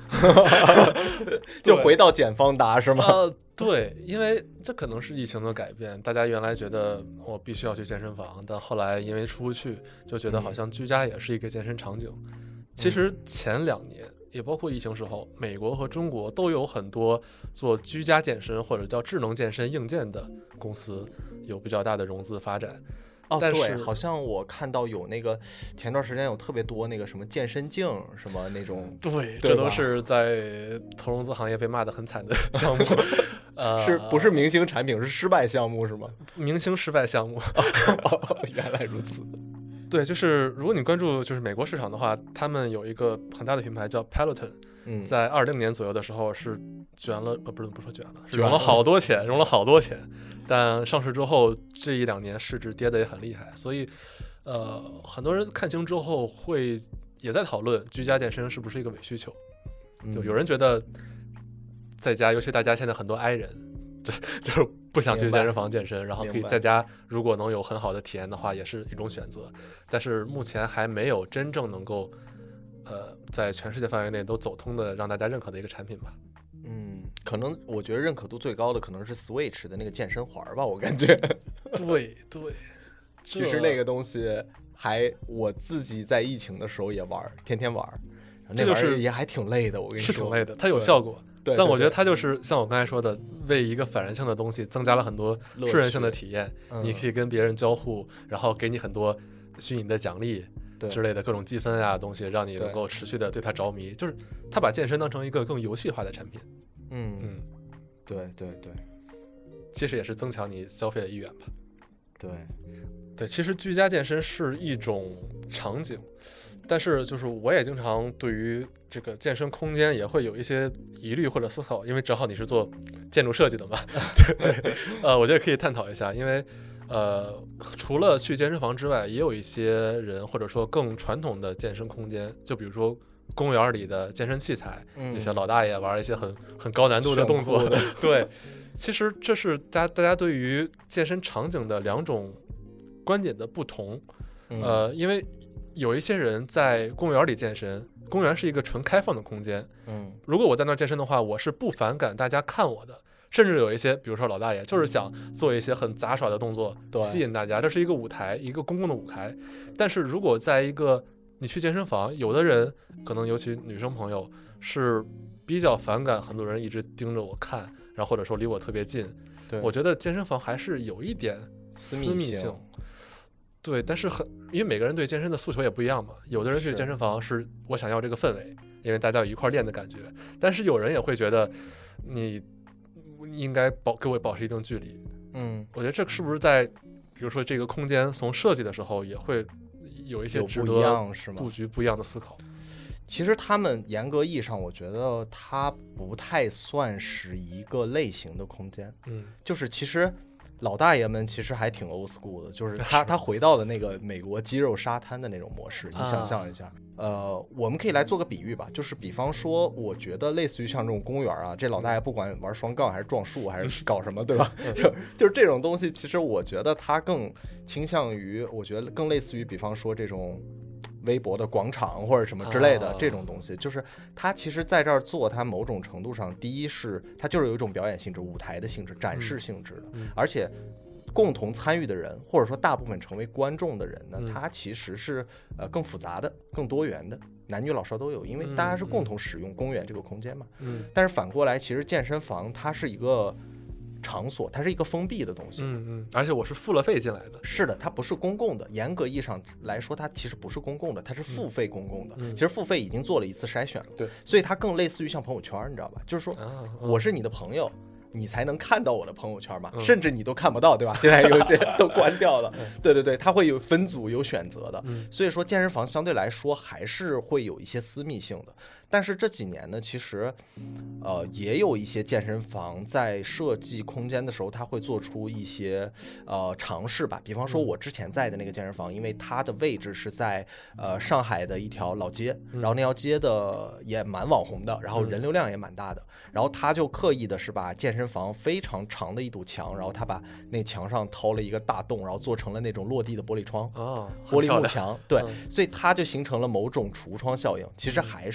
就回到简方答是吗？ 呃，对，因为这可能是疫情的改变，大家原来觉得我必须要去健身房，但后来因为出不去，就觉得好像居家也是一个健身场景。嗯、其实前两年，也包括疫情时候，美国和中国都有很多做居家健身或者叫智能健身硬件的公司有比较大的融资发展。 哦， 但是对，好像我看到有那个前段时间有特别多那个什么健身镜什么那种， 对，这都是在投融资行业被骂得很惨的项目。呃， 是不是明星产品，是失败项目是吗？ 明星失败项目。 哦，原来如此。 对，就是如果你关注就是美国市场的话，他们有一个很大的品牌叫 Peloton， 嗯， 在二零年左右的时候是卷了，不不是不说卷了，是融了好多钱，融了好多钱。但上市之后这一两年市值跌得也很厉害，所以呃，很多人看清之后会也在讨论居家健身是不是一个伪需求。就有人觉得在家，尤其大家现在很多 I 人，就就是不想去健身房健身，然后可以在家，如果能有很好的体验的话，也是一种选择。但是目前还没有真正能够呃在全世界范围内都走通的让大家认可的一个产品吧。 嗯，可能我觉得认可度最高的可能是 Switch 的那个健身环吧，我感觉。 对对， 其实那个东西还我自己在疫情的时候也玩，天天玩， 这就是也还挺累的。我跟你说， 是挺累的，它有效果。 对， 但我觉得它就是像我刚才说的，为一个反人性的东西增加了很多顺人性的体验。 嗯、 你可以跟别人交互，然后给你很多虚拟的奖励之类的各种积分啊东西，让你能够持续的对它着迷。就是他把健身当成一个更游戏化的产品。 嗯嗯，对对对， 其实也是增强你消费的意愿吧。 对对，其实居家健身是一种场景，但是就是我也经常对于这个健身空间也会有一些疑虑或者思考，因为正好你是做建筑设计的嘛。对对，呃，我觉得可以探讨一下，因为呃，除了去健身房之外，也有一些人或者说更传统的健身空间，就比如说公园里的健身器材， 嗯、 有些老大爷玩一些很很高难度的动作。对，其实这是大大家对于健身场景的两种观点的不同。呃，因为有一些人在公园里健身，公园是一个纯开放的空间。 嗯， 如果我在那儿健身的话，我是不反感大家看我的。甚至有一些，比如说老大爷，就是想做一些很杂耍的动作，吸引大家。这是一个舞台，一个公共的舞台。但是如果在一个你去健身房，有的人可能尤其女生朋友是比较反感很多人一直盯着我看，然后或者说离我特别近。 对， 我觉得健身房还是有一点私密性。 性对，但是很因为每个人对健身的诉求也不一样嘛。有的人去健身房是我想要这个氛围，因为大家有一块练的感觉。但是有人也会觉得你应该保给我保持一定距离。 嗯， 我觉得这是不是在比如说这个空间从设计的时候也会有一些值得布局不一样的思考？ 其实他们严格意义上，我觉得它不太算是一个类型的空间。 嗯， 就是其实老大爷们其实还挺 old school 的，就是他他回到了那个美国肌肉沙滩的那种模式。你想象一下，啊、呃，我们可以来做个比喻吧，就是比方说，我觉得类似于像这种公园啊，这老大爷不管玩双杠还是撞树还是搞什么，对吧？就就是这种东西，其实我觉得它更倾向于，我觉得更类似于，比方说这种微博的广场或者什么之类的、啊、这种东西，就是它其实在这儿做，它某种程度上，第一是它就是有一种表演性质、舞台的性质、展示性质的， 嗯、 而且共同参与的人，或者说大部分成为观众的人呢， 嗯、 它其实是呃更复杂的、更多元的，男女老少都有，因为大家是共同使用公园这个空间嘛。 嗯。 但是反过来，其实健身房它是一个场所，它是一个封闭的东西。 嗯嗯，而且我是付了费进来的。 是的，它不是公共的，严格意义上来说，它其实不是公共的，它是付费公共的。 嗯、 其实付费已经做了一次筛选了， 对， 所以它更类似于像朋友圈，你知道吧？就是说， 啊、 我是你的朋友。你才能看到我的朋友圈嘛、 嗯、 甚至你都看不到，对吧？现在有些都关掉了。对对对，它会有分组有选择的、 嗯、 所以说健身房相对来说还是会有一些私密性的。但是这几年呢，其实呃也有一些健身房在设计空间的时候，它会做出一些呃尝试吧。比方说我之前在的那个健身房，因为它的位置是在呃上海的一条老街，然后那条街的也蛮网红的，然后人流量也蛮大的，然后他就刻意的是把健身房非常长的一堵墙，然后他把那墙上掏了一个大洞，然后做成了那种落地的玻璃窗， 哦， 玻璃幕墙，对、 嗯， 所以它就形成了某种橱窗效应。其实还是肌肉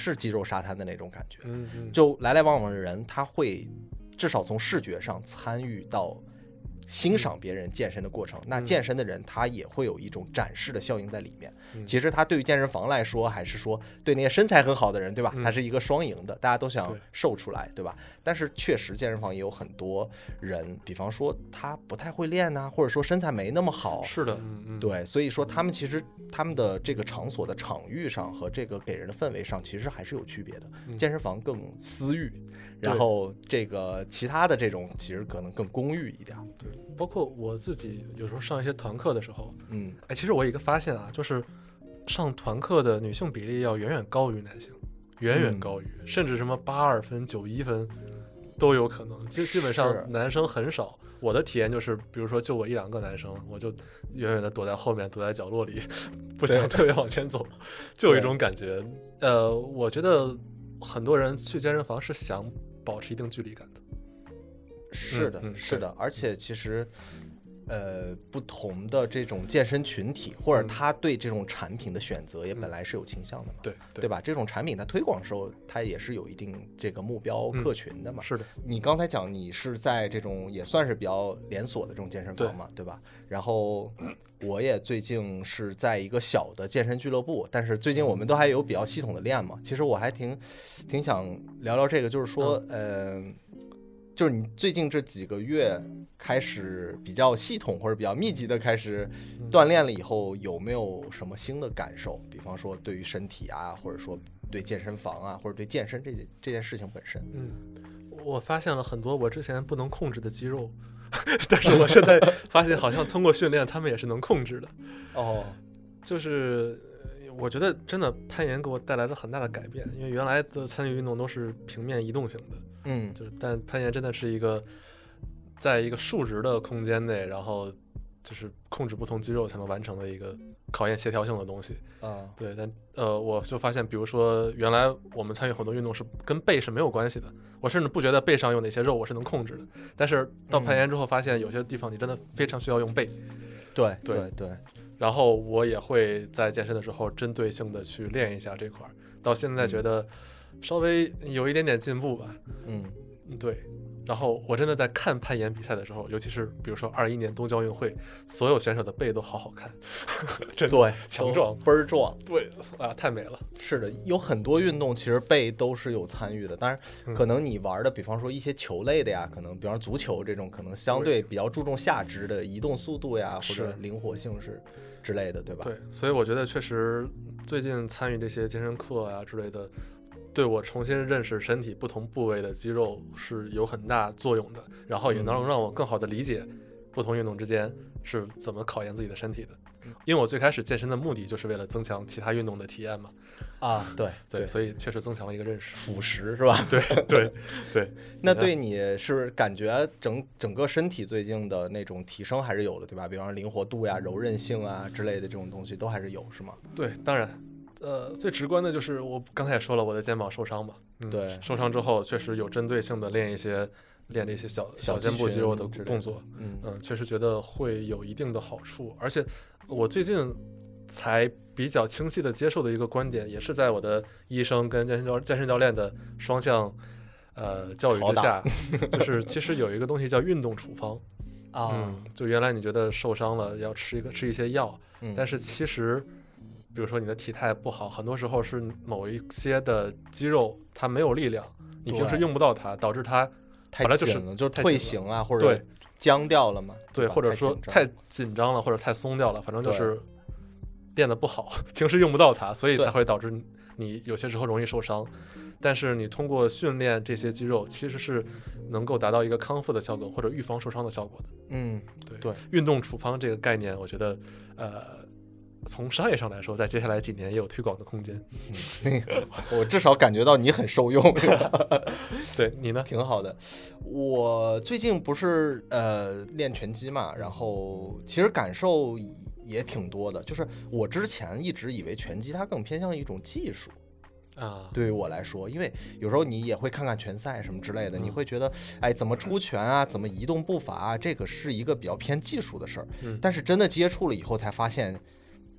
沙滩的那种感觉。 嗯嗯， 就来来往往的人，他会至少从视觉上参与到欣赏别人健身的过程，那健身的人他也会有一种展示的效应在里面。其实他对于健身房来说，还是说对那些身材很好的人，对吧？它是一个双赢的，大家都想瘦出来，对吧？但是确实健身房也有很多人，比方说他不太会练啊，或者说身材没那么好。 是的，嗯嗯， 对，所以说他们其实他们的这个场所的场域上和这个给人的氛围上，其实还是有区别的。健身房更私域，然后这个其他的这种其实可能更公寓一点。 对，包括我自己有时候上一些团课的时候， 嗯， 哎，其实我有一个发现啊，就是上团课的女性比例要远远高于男性，远远高于，嗯、甚至什么八二分、九一分都有可能。基基本上男生很少。我的体验就是，比如说就我一两个男生，我就远远的躲在后面，躲在角落里，不想特别往前走，就有一种感觉。呃，我觉得很多人去健身房是想保持一定距离感的。 是的， 嗯嗯、 是的，而且其实。呃，不同的这种健身群体，或者他对这种产品的选择也本来是有倾向的嘛， 对、嗯、 对, 对吧？这种产品它推广的时候，它也是有一定这个目标客群的嘛。 嗯、是的。 你刚才讲你是在这种也算是比较连锁的这种健身房嘛， 对, 对吧？然后我也最近是在一个小的健身俱乐部，但是最近我们都还有比较系统的练嘛。其实我还挺挺想聊聊这个，就是说，嗯。呃就是你最近这几个月开始比较系统或者比较密集的开始锻炼了以后，有没有什么新的感受？比方说对于身体啊，或者说对健身房啊，或者对健身这这件事情本身。 嗯，我发现了很多我之前不能控制的肌肉，但是我现在发现好像通过训练，他们也是能控制的。 哦， 就是我觉得真的攀岩给我带来了很大的改变，因为原来的参与运动都是平面移动型的。 嗯， 就是，但攀岩真的是一个，在一个竖直的空间内，然后就是控制不同肌肉才能完成的一个考验协调性的东西啊。 对，但呃，我就发现，比如说原来我们参与很多运动是跟背是没有关系的，我甚至不觉得背上有哪些肉我是能控制的。但是到攀岩之后，发现有些地方你真的非常需要用背。 对对对, 对。 然后我也会在健身的时候针对性的去练一下这块，到现在觉得。稍微有一点点进步吧， 嗯， 对。然后我真的在看攀岩比赛的时候，尤其是比如说二一年东京奥运会，所有选手的背都好好看，真对， 强壮， 倍儿壮， 对啊，太美了。 是的，有很多运动其实背都是有参与的，当然可能你玩的，比方说一些球类的呀，可能比方足球这种，可能相对比较注重下肢的移动速度呀，或者灵活性是之类的，对吧？ 对，所以我觉得确实最近参与这些健身课啊之类的。对我重新认识身体不同部位的肌肉是有很大作用的，然后也能让我更好的理解不同运动之间是怎么考验自己的身体的。因为我最开始健身的目的就是为了增强其他运动的体验嘛。 啊，对对, 对，所以确实增强了一个认识。 辅食是吧？ 对对对。 那对你是感觉整整个身体最近的那种提升还是有的，对吧？比方说灵活度呀、柔韧性啊之类的这种东西都还是有，是吗？ 对，当然。呃，最直观的就是我刚才也说了，我的肩膀受伤嘛， 嗯、对， 受伤之后确实有针对性的练一些练这些小小肩部肌肉的动作， 嗯嗯，确实觉得会有一定的好处。而且我最近才比较清晰的接受的一个观点，也是在我的医生跟健身教健身教练的双向呃教育之下，就是其实有一个东西叫运动处方啊、 嗯，就原来你觉得受伤了要吃一个吃一些药， 嗯、 但是其实。比如说你的体态不好，很多时候是某一些的肌肉它没有力量，你平时用不到它，导致它本来就是就是退行啊，或者僵掉了嘛。 对，或者说太紧张了，或者太松掉了，反正就是练得不好，平时用不到它，所以才会导致你有些时候容易受伤。但是你通过训练这些肌肉，其实是能够达到一个康复的效果或者预防受伤的效果的。 嗯， 对对， 运动处方这个概念，我觉得呃。从商业上来说，在接下来几年也有推广的空间。 嗯，我至少感觉到你很受用。 对，你呢？ 挺好的。我最近不是呃练拳击嘛，然后其实感受也挺多的。就是我之前一直以为拳击它更偏向一种技术啊， 对于我来说，因为有时候你也会看看拳赛什么之类的，嗯、你会觉得，哎，怎么出拳啊，怎么移动步伐啊，这个是一个比较偏技术的事儿。 嗯， 但是真的接触了以后，才发现。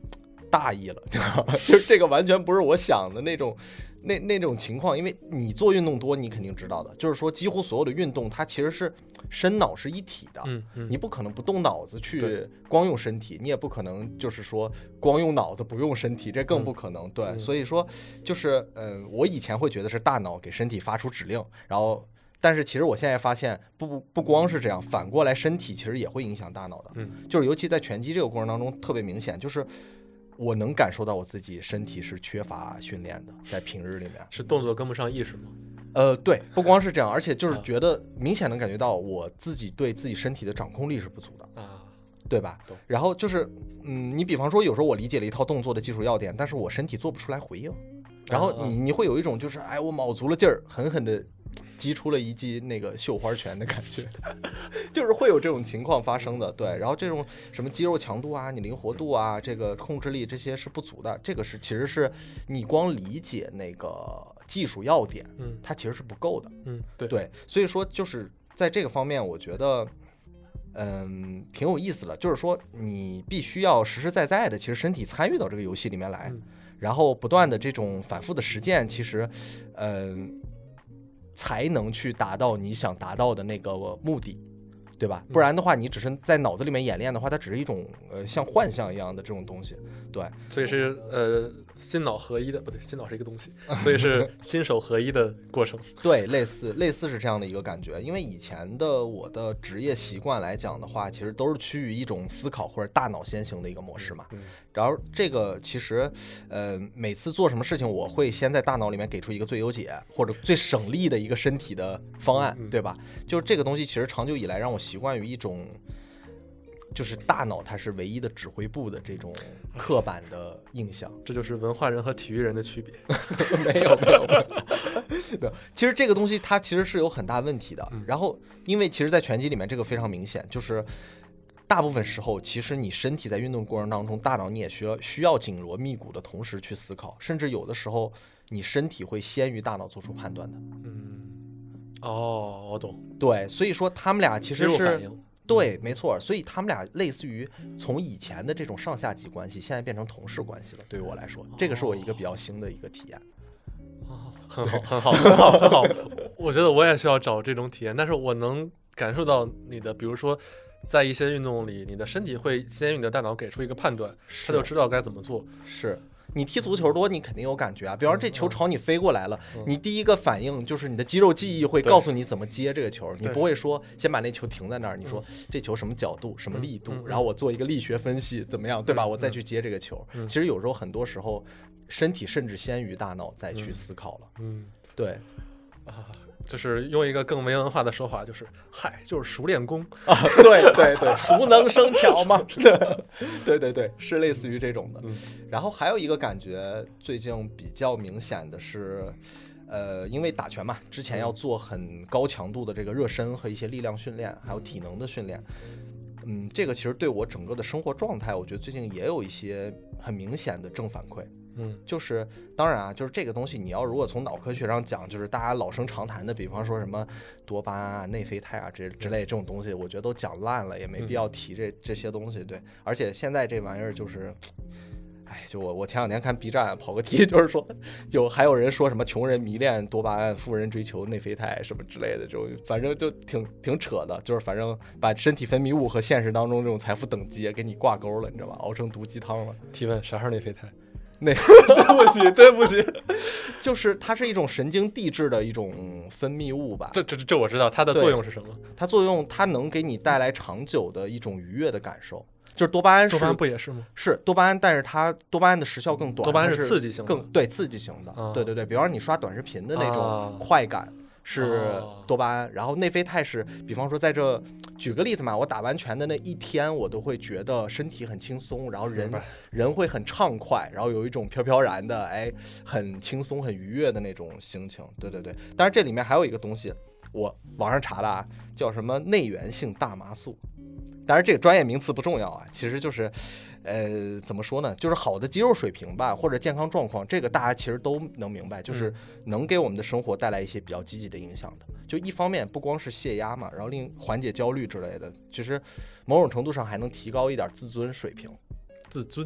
大意了，知道吗？就是这个完全不是我想的那种那那种情况，因为你做运动多，你肯定知道的，就是说几乎所有的运动它其实是身脑是一体的， 嗯嗯， 你不可能不动脑子去光用身体，你也不可能就是说光用脑子不用身体，这更不可能。嗯、对、嗯，所以说就是呃，我以前会觉得是大脑给身体发出指令，然后。但是其实我现在发现不不光是这样，反过来身体其实也会影响大脑的， 嗯， 就是尤其在拳击这个过程当中特别明显，就是我能感受到我自己身体是缺乏训练的，在平日里面是动作跟不上意识吗？ 呃，对，不光是这样，而且就是觉得明显能感觉到我自己对自己身体的掌控力是不足的啊， 对吧？然后就是嗯，你比方说有时候我理解了一套动作的技术要点，但是我身体做不出来回应，然后你你会有一种就是哎我卯足了劲儿，狠狠的击出了一记那个绣花拳的感觉，就是会有这种情况发生的。对，然后这种什么肌肉强度啊，你灵活度啊，这个控制力这些是不足的，这个是其实是你光理解那个技术要点， 嗯， 它其实是不够的， 嗯，对对，所以说就是在这个方面，我觉得。嗯，挺有意思的，就是说你必须要实实在在的，其实身体参与到这个游戏里面来， 嗯、 然后不断的这种反复的实践，其实，嗯。才能去达到你想达到的那个目的，对吧？不然的话，你只是在脑子里面演练的话，它只是一种呃像幻象一样的这种东西，对。 所以是呃心脑合一的，不对，心脑是一个东西，所以是心手合一的过程。 对，类似类似是这样的一个感觉。因为以前的我的职业习惯来讲的话，其实都是趋于一种思考或者大脑先行的一个模式嘛。 嗯、 然后这个其实呃每次做什么事情，我会先在大脑里面给出一个最优解或者最省力的一个身体的方案， 嗯、 对吧？就是这个东西其实长久以来让我习惯于一种。就是大脑它是唯一的指挥部的这种刻板的印象， 这就是文化人和体育人的区别。 没有没有没有，没有。其实这个东西它其实是有很大问题的。 嗯、 然后，因为其实，在拳击里面这个非常明显，就是大部分时候，其实你身体在运动过程当中，大脑你也需要需要紧锣密鼓的同时去思考，甚至有的时候你身体会先于大脑做出判断的。 嗯，哦，我懂。 对，所以说他们俩其实是。对，没错，所以他们俩类似于从以前的这种上下级关系，现在变成同事关系了。对于我来说，这个是我一个比较新的一个体验。 哦，很好，很好，很好，很好。我觉得我也需要找这种体验，但是我能感受到你的，比如说，在一些运动里，你的身体会先于你的大脑给出一个判断，他就知道该怎么做。 是。你踢足球多，你肯定有感觉啊。比方说这球朝你飞过来了， 嗯、 你第一个反应就是你的肌肉记忆会告诉你怎么接这个球，你不会说先把那球停在那儿，你说这球什么角度、什么力度， 嗯、 然后我做一个力学分析怎么样，对吧？我再去接这个球。 嗯、 其实有时候很多时候，身体甚至先于大脑再去思考了。 嗯， 对。 啊，就是用一个更没文化的说法，就是嗨，就是熟练功啊，对对对，熟能生巧嘛，对对对，是类似于这种的。 嗯、 然后还有一个感觉，最近比较明显的是，呃，因为打拳嘛，之前要做很高强度的这个热身和一些力量训练，还有体能的训练。嗯，这个其实对我整个的生活状态，我觉得最近也有一些很明显的正反馈。 嗯， 就是当然啊，就是这个东西，你要如果从脑科学上讲，就是大家老生常谈的，比方说什么多巴胺啊、内啡肽啊这之类这种东西，我觉得都讲烂了，也没必要提这这些东西。对，而且现在这玩意儿就是，哎，就我我前两天看 B 站跑个题，就是说，就还有人说什么穷人迷恋多巴胺，富人追求内啡肽什么之类的，这种反正就挺挺扯的，就是反正把身体分泌物和现实当中这种财富等级也给你挂钩了，你知道吧？熬成毒鸡汤了。 提问：啥是内啡肽？ 那对不起，对不起，就是它是一种神经递质的一种分泌物吧？ 这这这我知道，它的作用是什么？ 它作用，它能给你带来长久的一种愉悦的感受。就是多巴胺是， 多巴胺不也是吗？ 是多巴胺，但是它多巴胺的时效更短， 多巴胺是刺激性的， 更对刺激型的。 啊、 对对对，比方说你刷短视频的那种快感。啊是多巴胺，然后内啡肽是，比方说在这举个例子嘛，我打完拳的那一天，我都会觉得身体很轻松，然后人人会很畅快，然后有一种飘飘然的，哎，很轻松、很愉悦的那种心情。对对对，当然这里面还有一个东西，我网上查了啊，叫什么内源性大麻素。当然这个专业名词不重要啊，其实就是呃怎么说呢，就是好的肌肉水平吧，或者健康状况，这个大家其实都能明白，就是能给我们的生活带来一些比较积极的影响的。就一方面不光是泄压嘛，然后另缓解焦虑之类的，其实某种程度上还能提高一点自尊水平。 自尊？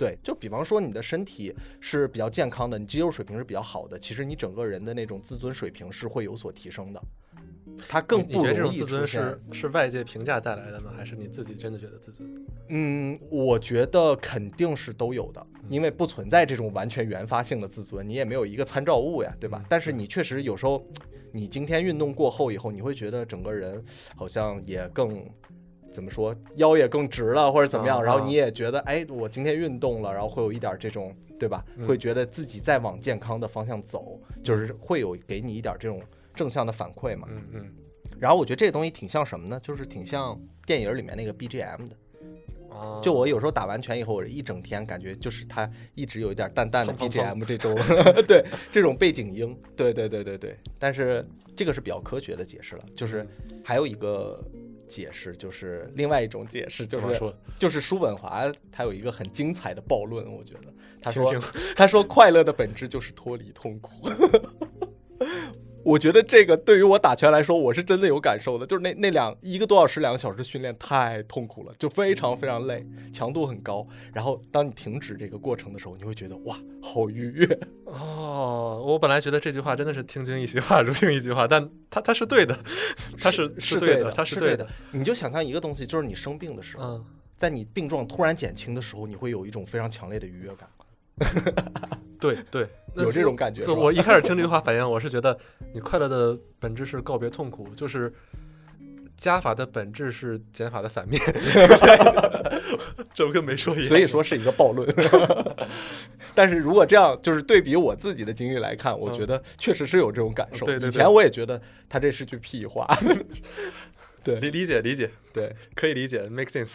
对，就比方说你的身体是比较健康的，你肌肉水平是比较好的，其实你整个人的那种自尊水平是会有所提升的，它更不容易出现。 你觉得这种自尊是是外界评价带来的吗？还是你自己真的觉得自尊？ 嗯，我觉得肯定是都有的，因为不存在这种完全原发性的自尊，你也没有一个参照物呀，对吧？嗯、但是你确实有时候，你今天运动过后以后，你会觉得整个人好像也更。怎么说，腰也更直了或者怎么样、啊、然后你也觉得哎我今天运动了，然后会有一点这种对吧、嗯、会觉得自己在往健康的方向走，就是会有给你一点这种正向的反馈嘛。 嗯嗯。 然后我觉得这个东西挺像什么呢，就是挺像电影里面那个 B G M 的。就我有时候打完拳以后，我一整天感觉就是它一直有一点淡淡的 B G M 这种对这种背景音，对对对对对。但是这个是比较科学的解释了，就是还有一个解释，就是另外一种解释，就是就是叔本华他有一个很精彩的暴论，我觉得他说听听他说快乐的本质就是脱离痛苦。我觉得这个对于我打拳来说，我是真的有感受的，就是那那两一个多小时、两个小时训练太痛苦了，就非常非常累，强度很高。然后当你停止这个过程的时候，你会觉得哇，好愉悦哦。我本来觉得这句话真的是听君一席话，如听一句话，但它它是对的，它是是对的， 它是对的。 你就想象一个东西，就是你生病的时候， 嗯、 在你病状突然减轻的时候，你会有一种非常强烈的愉悦感。 对对， 有这种感觉。 就我一开始听这句话反应，我是觉得你快乐的本质是告别痛苦，就是加法的本质是减法的反面。这不跟没说一样？ 所以说是一个暴论。但是如果这样，就是对比我自己的经历来看，我觉得确实是有这种感受。 嗯、对对对， 以前我也觉得他这是句屁话。对， 理理解理解， 对， 可以理解 ，make sense。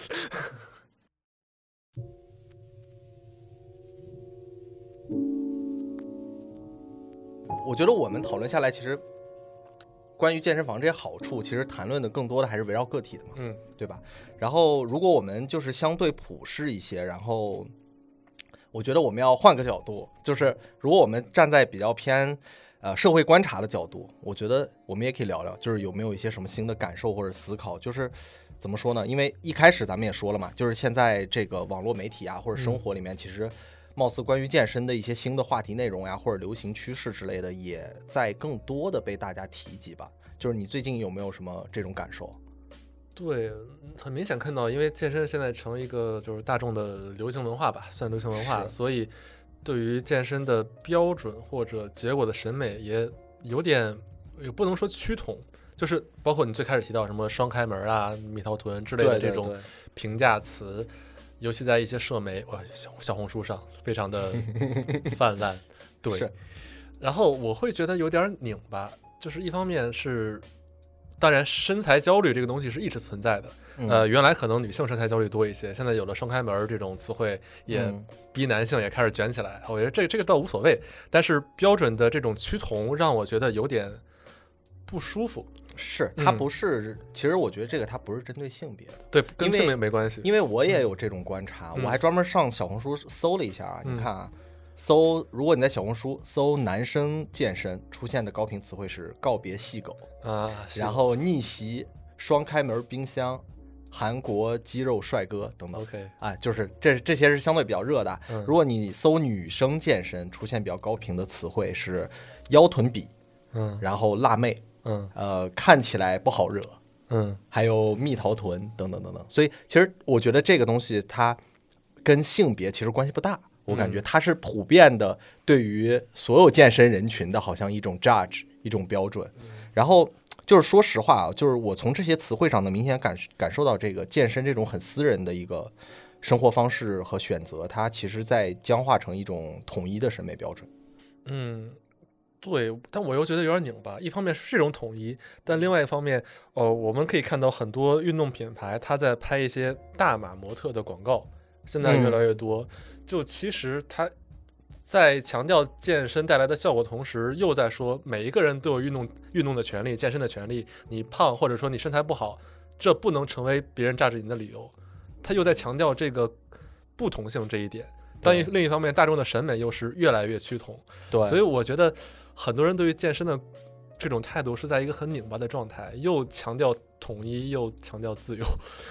我觉得我们讨论下来，其实关于健身房这些好处，其实谈论的更多的还是围绕个体的嘛， 嗯， 对吧？然后如果我们就是相对普世一些，然后我觉得我们要换个角度，就是如果我们站在比较偏呃社会观察的角度，我觉得我们也可以聊聊，就是有没有一些什么新的感受或者思考，就是怎么说呢？因为一开始咱们也说了嘛，就是现在这个网络媒体啊或者生活里面，其实貌似关于健身的一些新的话题内容呀，或者流行趋势之类的，也在更多的被大家提及吧。就是你最近有没有什么这种感受？ 对，很明显看到，因为健身现在成一个就是大众的流行文化吧，算流行文化，所以对于健身的标准或者结果的审美也有点，也不能说趋同，就是包括你最开始提到什么双开门啊、蜜桃臀之类的这种评价词。对对对，尤其在一些社媒，哇，小小红书上非常的泛滥，对。然后我会觉得有点拧巴，就是一方面是，当然身材焦虑这个东西是一直存在的，嗯、呃，原来可能女性身材焦虑多一些，现在有了双开门这种词汇，也逼男性也开始卷起来。嗯、我觉得这个这个倒无所谓，但是标准的这种趋同让我觉得有点不舒服。 是，它不是、嗯，其实我觉得这个它不是针对性别的， 对，跟性别没关系。 因为我也有这种观察， 嗯、 我还专门上小红书搜了一下啊，嗯、你看啊，搜如果你在小红书搜男生健身，出现的高频词汇是告别细狗啊， 然后逆袭、双开门冰箱、韩国肌肉帅哥等等。 OK， 啊，就是这这些是相对比较热的。嗯、如果你搜女生健身，出现比较高频的词汇是腰臀比， 嗯， 然后辣妹。 嗯， 呃，看起来不好惹， 嗯， 还有蜜桃臀等等等等，所以其实我觉得这个东西它跟性别其实关系不大，我感觉它是普遍的对于所有健身人群的好像一种 judge 一种标准。然后就是说实话啊，就是我从这些词汇上能明显感感受到这个健身这种很私人的一个生活方式和选择，它其实在僵化成一种统一的审美标准。 嗯。对，但我又觉得有点拧巴。一方面是这种统一，但另外一方面，呃，我们可以看到很多运动品牌，它在拍一些大码模特的广告，现在越来越多。嗯、就其实它在强调健身带来的效果同时，又在说每一个人都有运动运动的权利、健身的权利。你胖或者说你身材不好，这不能成为别人榨取你的理由。他又在强调这个不同性这一点。但另一方面，大众的审美又是越来越趋同。 对， 所以我觉得。很多人对于健身的这种态度是在一个很拧巴的状态，又强调统一，又强调自由。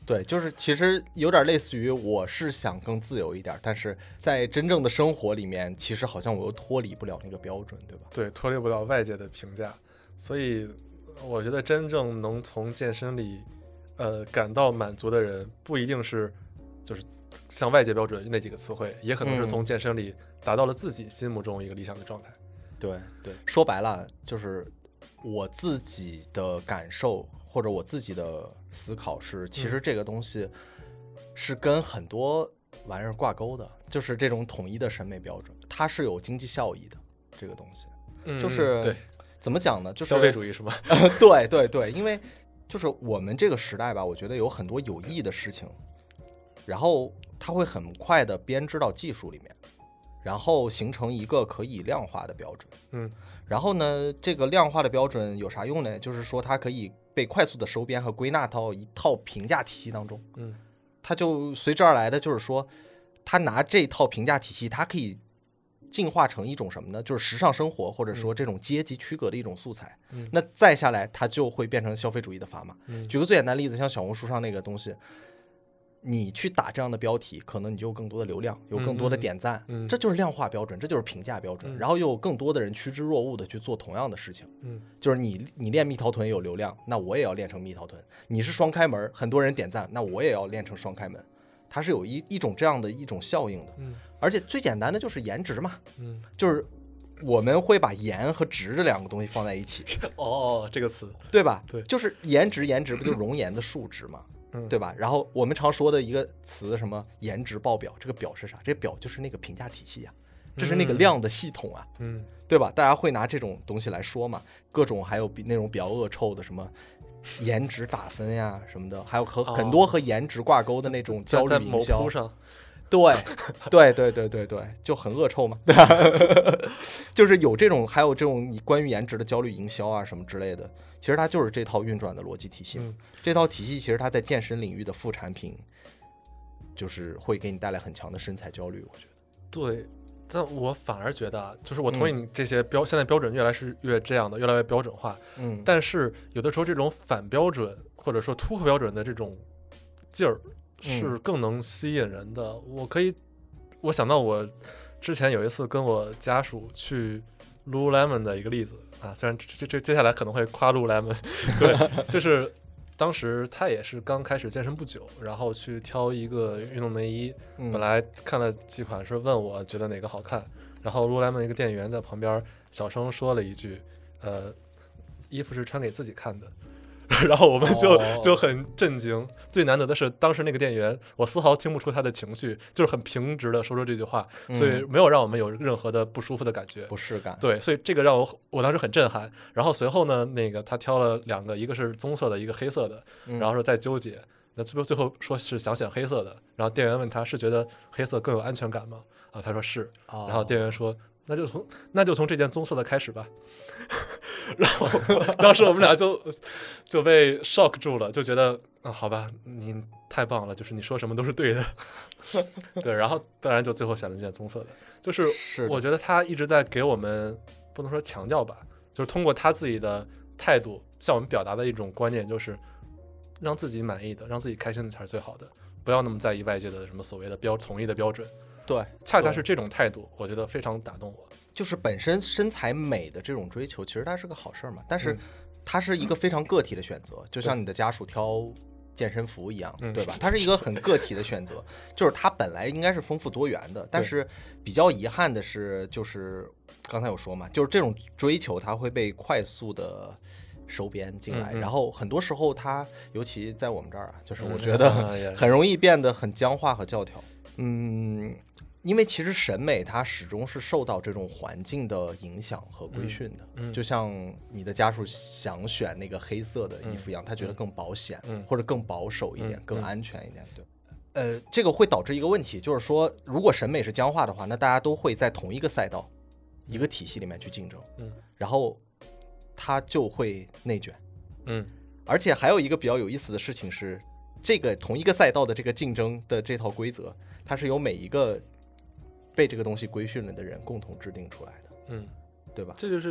对，就是其实有点类似于我是想更自由一点，但是在真正的生活里面，其实好像我又脱离不了那个标准，对吧？ 对，脱离不了外界的评价，所以我觉得真正能从健身里呃感到满足的人，不一定是就是像外界标准那几个词汇，也可能是从健身里达到了自己心目中一个理想的状态。 嗯、对对，说白了就是我自己的感受或者我自己的思考是，其实这个东西是跟很多玩意儿挂钩的，就是这种统一的审美标准，它是有经济效益的。这个东西， 嗯、 就是对， 怎么讲呢？就是消费主义是吗？ 对对对，因为就是我们这个时代吧，我觉得有很多有益的事情，然后它会很快的编织到技术里面，然后形成一个可以量化的标准。 嗯， 然后呢，这个量化的标准有啥用呢？就是说它可以被快速的收编和归纳到一套评价体系当中。 嗯， 它就随之而来的就是说，它拿这套评价体系，它可以进化成一种什么呢？就是时尚生活或者说这种阶级区隔的一种素材。 嗯， 那再下来，它就会变成消费主义的砝码。 嗯， 举个最简单的例子，像小红书上那个东西。你去打这样的标题，可能你就有更多的流量，有更多的点赞， 嗯嗯、 这就是量化标准，这就是评价标准、嗯、然后又有更多的人趋之若鹜的去做同样的事情。 嗯， 就是你你练蜜桃臀有流量，那我也要练成蜜桃臀。你是双开门，很多人点赞，那我也要练成双开门。它是有一一种这样的一种效应的。 嗯， 而且最简单的就是颜值嘛。 嗯， 就是我们会把颜和值这两个东西放在一起。 哦，这个词对吧？ 对， 就是颜值，颜值不就是容颜的数值吗？ 嗯、 对吧？然后我们常说的一个词，什么颜值报表，这个表是啥？这个表就是那个评价体系啊，这是那个量的系统啊， 嗯， 对吧？大家会拿这种东西来说嘛，各种还有比那种比较恶臭的什么颜值打分呀什么的，还有和很多和颜值挂钩的那种焦虑营销。 在某铺上， 对，对对对对对，就很恶臭嘛，对吧？就是有这种，还有这种关于颜值的焦虑营销啊什么之类的，其实它就是这套运转的逻辑体系。 嗯， 这套体系其实它在健身领域的副产品，就是会给你带来很强的身材焦虑，我觉得。 对，但我反而觉得，就是我同意你这些标，嗯、现在标准越来是越这样的，越来越标准化。 嗯， 但是有的时候这种反标准或者说突破标准的这种劲儿。是更能吸引人的。嗯、我可以，我想到我之前有一次跟我家属去 Lululemon 的一个例子啊，虽然这这接下来可能会夸 Lululemon， 对，就是当时他也是刚开始健身不久，然后去挑一个运动内衣， 嗯、 本来看了几款是问我觉得哪个好看，然后 Lululemon 一个店员在旁边小声说了一句，呃，衣服是穿给自己看的。然后我们就就很震惊。最难得的是，当时那个店员，我丝毫听不出他的情绪，就是很平直的说出这句话，所以没有让我们有任何的不舒服的感觉， 不适感。 对，所以这个让我我当时很震撼。然后随后呢，那个他挑了两个，一个是棕色的，一个黑色的，然后说在纠结。那最后最后说是想选黑色的，然后店员问他是觉得黑色更有安全感吗？啊，他说是。然后店员说。那就从那就从这件棕色的开始吧，然后当时我们俩就就被 shock 住了，就觉得啊，好吧，你太棒了，就是你说什么都是对的，对，然后当然就最后选了这件棕色的，就是我觉得他一直在给我们不能说强调吧，就是通过他自己的态度向我们表达的一种观念，就是让自己满意的，让自己开心的才是最好的，不要那么在意外界的什么所谓的标统一的标准。 对， 恰恰是这种态度，我觉得非常打动我。 就是本身身材美的这种追求，其实它是个好事嘛，但是它是一个非常个体的选择，嗯、就像你的家属挑健身服一样， 嗯、 对吧？它是一个很个体的选择，就是它本来应该是丰富多元的，但是比较遗憾的是，就是刚才有说嘛，就是这种追求它会被快速的收编进来， 嗯嗯然后很多时候它，尤其在我们这儿啊，就是我觉得很容易变得很僵化和教条。嗯，因为其实审美它始终是受到这种环境的影响和规训的， 嗯嗯、 就像你的家属想选那个黑色的衣服一样，嗯、他觉得更保险， 嗯、 或者更保守一点， 嗯、 更安全一点，对。呃，这个会导致一个问题，就是说，如果审美是僵化的话，那大家都会在同一个赛道、嗯、一个体系里面去竞争， 嗯， 然后它就会内卷， 嗯。 而且还有一个比较有意思的事情是，这个同一个赛道的这个竞争的这套规则，它是由每一个被这个东西规训了的人共同制定出来的， 嗯， 对吧？ 这就是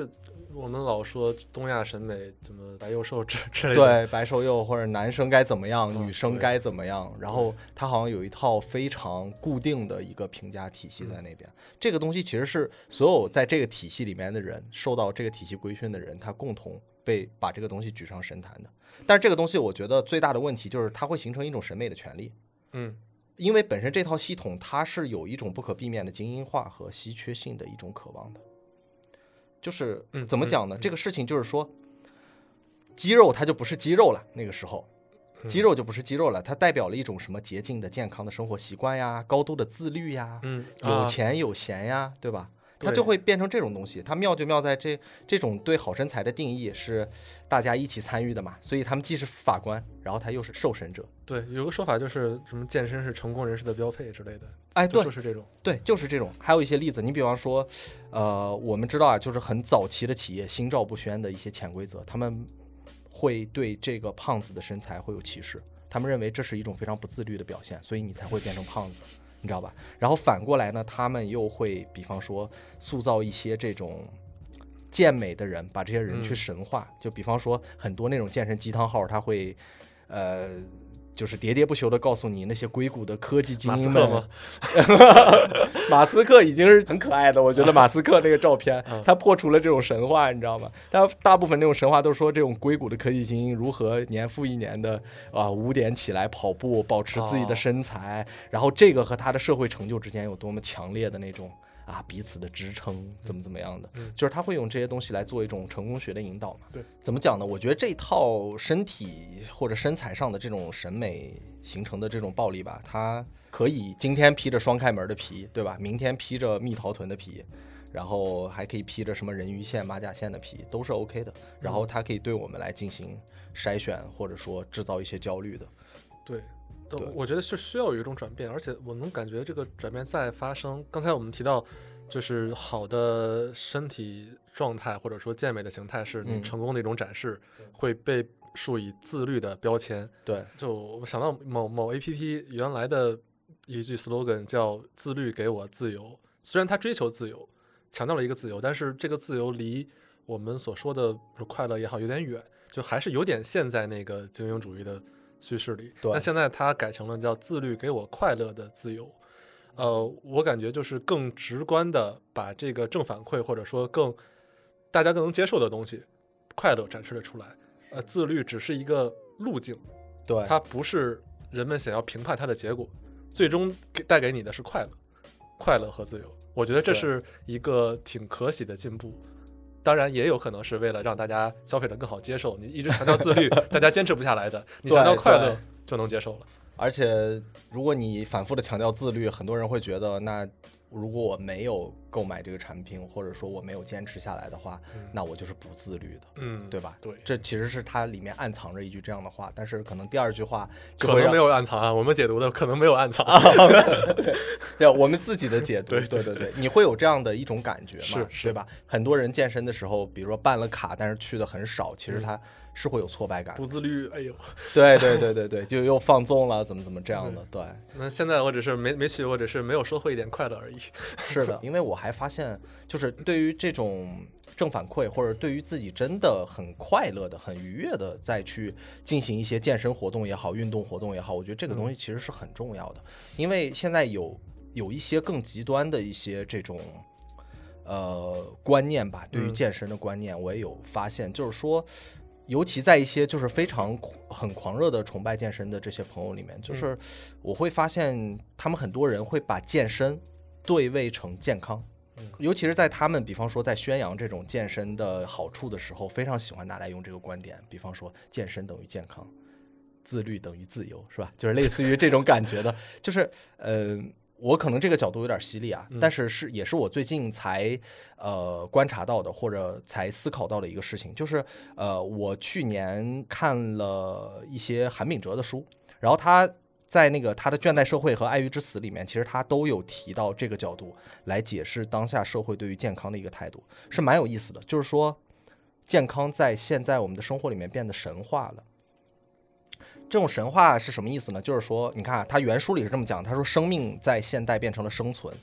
我们老说东亚审美什么白幼瘦之之类的， 对，白瘦幼或者男生该怎么样， 嗯女生该怎么样，然后他好像有一套非常固定的一个评价体系在那边。嗯、这个东西其实是所有在这个体系里面的人，受到这个体系规训的人，他共同被把这个东西举上神坛的。但是这个东西，我觉得最大的问题就是它会形成一种审美的权利。 嗯。 因为本身这套系统它是有一种不可避免的精英化和稀缺性的一种渴望的，就是怎么讲呢？ 嗯嗯嗯、 这个事情就是说，肌肉它就不是肌肉了，那个时候，肌肉就不是肌肉了，它代表了一种什么洁净的、健康的生活习惯呀，高度的自律呀， 嗯， 有钱有闲呀， 啊、 对吧？它就会变成这种东西。它妙就妙在这这种对好身材的定义是大家一起参与的嘛，所以他们既是法官，然后他又是受审者。 对，有个说法就是什么健身是成功人士的标配之类的。 哎，对， 就是这种。 对，就是这种。还有一些例子，你比方说，呃，我们知道啊，就是很早期的企业心照不宣的一些潜规则，他们会对这个胖子的身材会有歧视，他们认为这是一种非常不自律的表现，所以你才会变成胖子。你知道吧？然后反过来呢，他们又会比方说塑造一些这种健美的人，把这些人去神化。嗯、就比方说很多那种健身鸡汤号，他会呃，就是喋喋不休的告诉你那些硅谷的科技精英们。 马斯克吗？马斯克已经是很可爱的，我觉得马斯克那个照片，他破除了这种神话，你知道吗？他大部分那种神话都说这种硅谷的科技精英如何年复一年的啊五点起来跑步，保持自己的身材，哦、然后这个和他的社会成就之间有多么强烈的那种啊彼此的支撑，怎么怎么样的， 嗯、 就是他会用这些东西来做一种成功学的引导嘛。 对， 怎么讲呢？我觉得这套身体或者身材上的这种审美形成的这种暴力吧，它可以今天披着双开门的皮，对吧？明天披着蜜桃臀的皮，然后还可以披着什么人鱼线、马甲线的皮，都是 OK 的。然后它可以对我们来进行筛选，或者说制造一些焦虑的。 对，我觉得是需要有一种转变，而且我能感觉这个转变在发生。刚才我们提到，就是好的身体状态或者说健美的形态是你成功的一种展示，嗯、会被树以自律的标签。 对， 就我想到某某 A P P 原来的一句 slogan 叫“自律给我自由”，虽然它追求自由，强调了一个自由，但是这个自由离我们所说的快乐也好有点远，就还是有点陷在那个精英主义的叙事里。那现在它改成了叫“自律给我快乐的自由”。呃，我感觉就是更直观的把这个正反馈或者说更大家更能接受的东西，快乐展示了出来。呃，自律只是一个路径， 对， 它不是人们想要评判它的结果，最终带给你的是快乐，快乐和自由。我觉得这是一个挺可喜的进步。当然也有可能是为了让大家消费者更好接受，你一直强调自律大家坚持不下来的，你强调快乐就能接受了。 而且如果你反复的强调自律，很多人会觉得，那如果我没有购买这个产品，或者说我没有坚持下来的话，嗯、那我就是不自律的， 嗯， 对吧？ 对， 这其实是它里面暗藏着一句这样的话，但是可能第二句话就可能没有暗藏啊，我们解读的可能没有暗藏， 对，对，我们自己的解读，对对对对，你会有这样的一种感觉嘛？ 是， 对吧？很多人健身的时候，比如说办了卡，但是去的很少，其实他是会有挫败感， 不自律，哎呦， 对对对对对，就又放纵了，怎么怎么这样的，对。 那现在我只是没没去，我只是没有收获一点快乐而已。 是的，因为我还发现，就是对于这种正反馈，或者对于自己真的很快乐的、很愉悦的，再去进行一些健身活动也好、运动活动也好，我觉得这个东西其实是很重要的。嗯、因为现在有有一些更极端的一些这种呃观念吧，对于健身的观念，嗯、我也有发现，就是说。尤其在一些就是非常很狂热的崇拜健身的这些朋友里面，就是我会发现他们很多人会把健身对位成健康，尤其是在他们比方说在宣扬这种健身的好处的时候，非常喜欢拿来用这个观点，比方说健身等于健康，自律等于自由，是吧？就是类似于这种感觉的，就是呃。我可能这个角度有点犀利啊，但是是也是我最近才呃观察到的，或者才思考到的一个事情，就是呃我去年看了一些韩炳哲的书，然后他在那个他的《倦怠社会》和《爱欲之死》里面，其实他都有提到这个角度来解释当下社会对于健康的一个态度，是蛮有意思的。就是说，健康在现在我们的生活里面变得神话了。这种神话是什么意思呢？就是说，你看他原书里是这么讲，他说生命在现代变成了生存，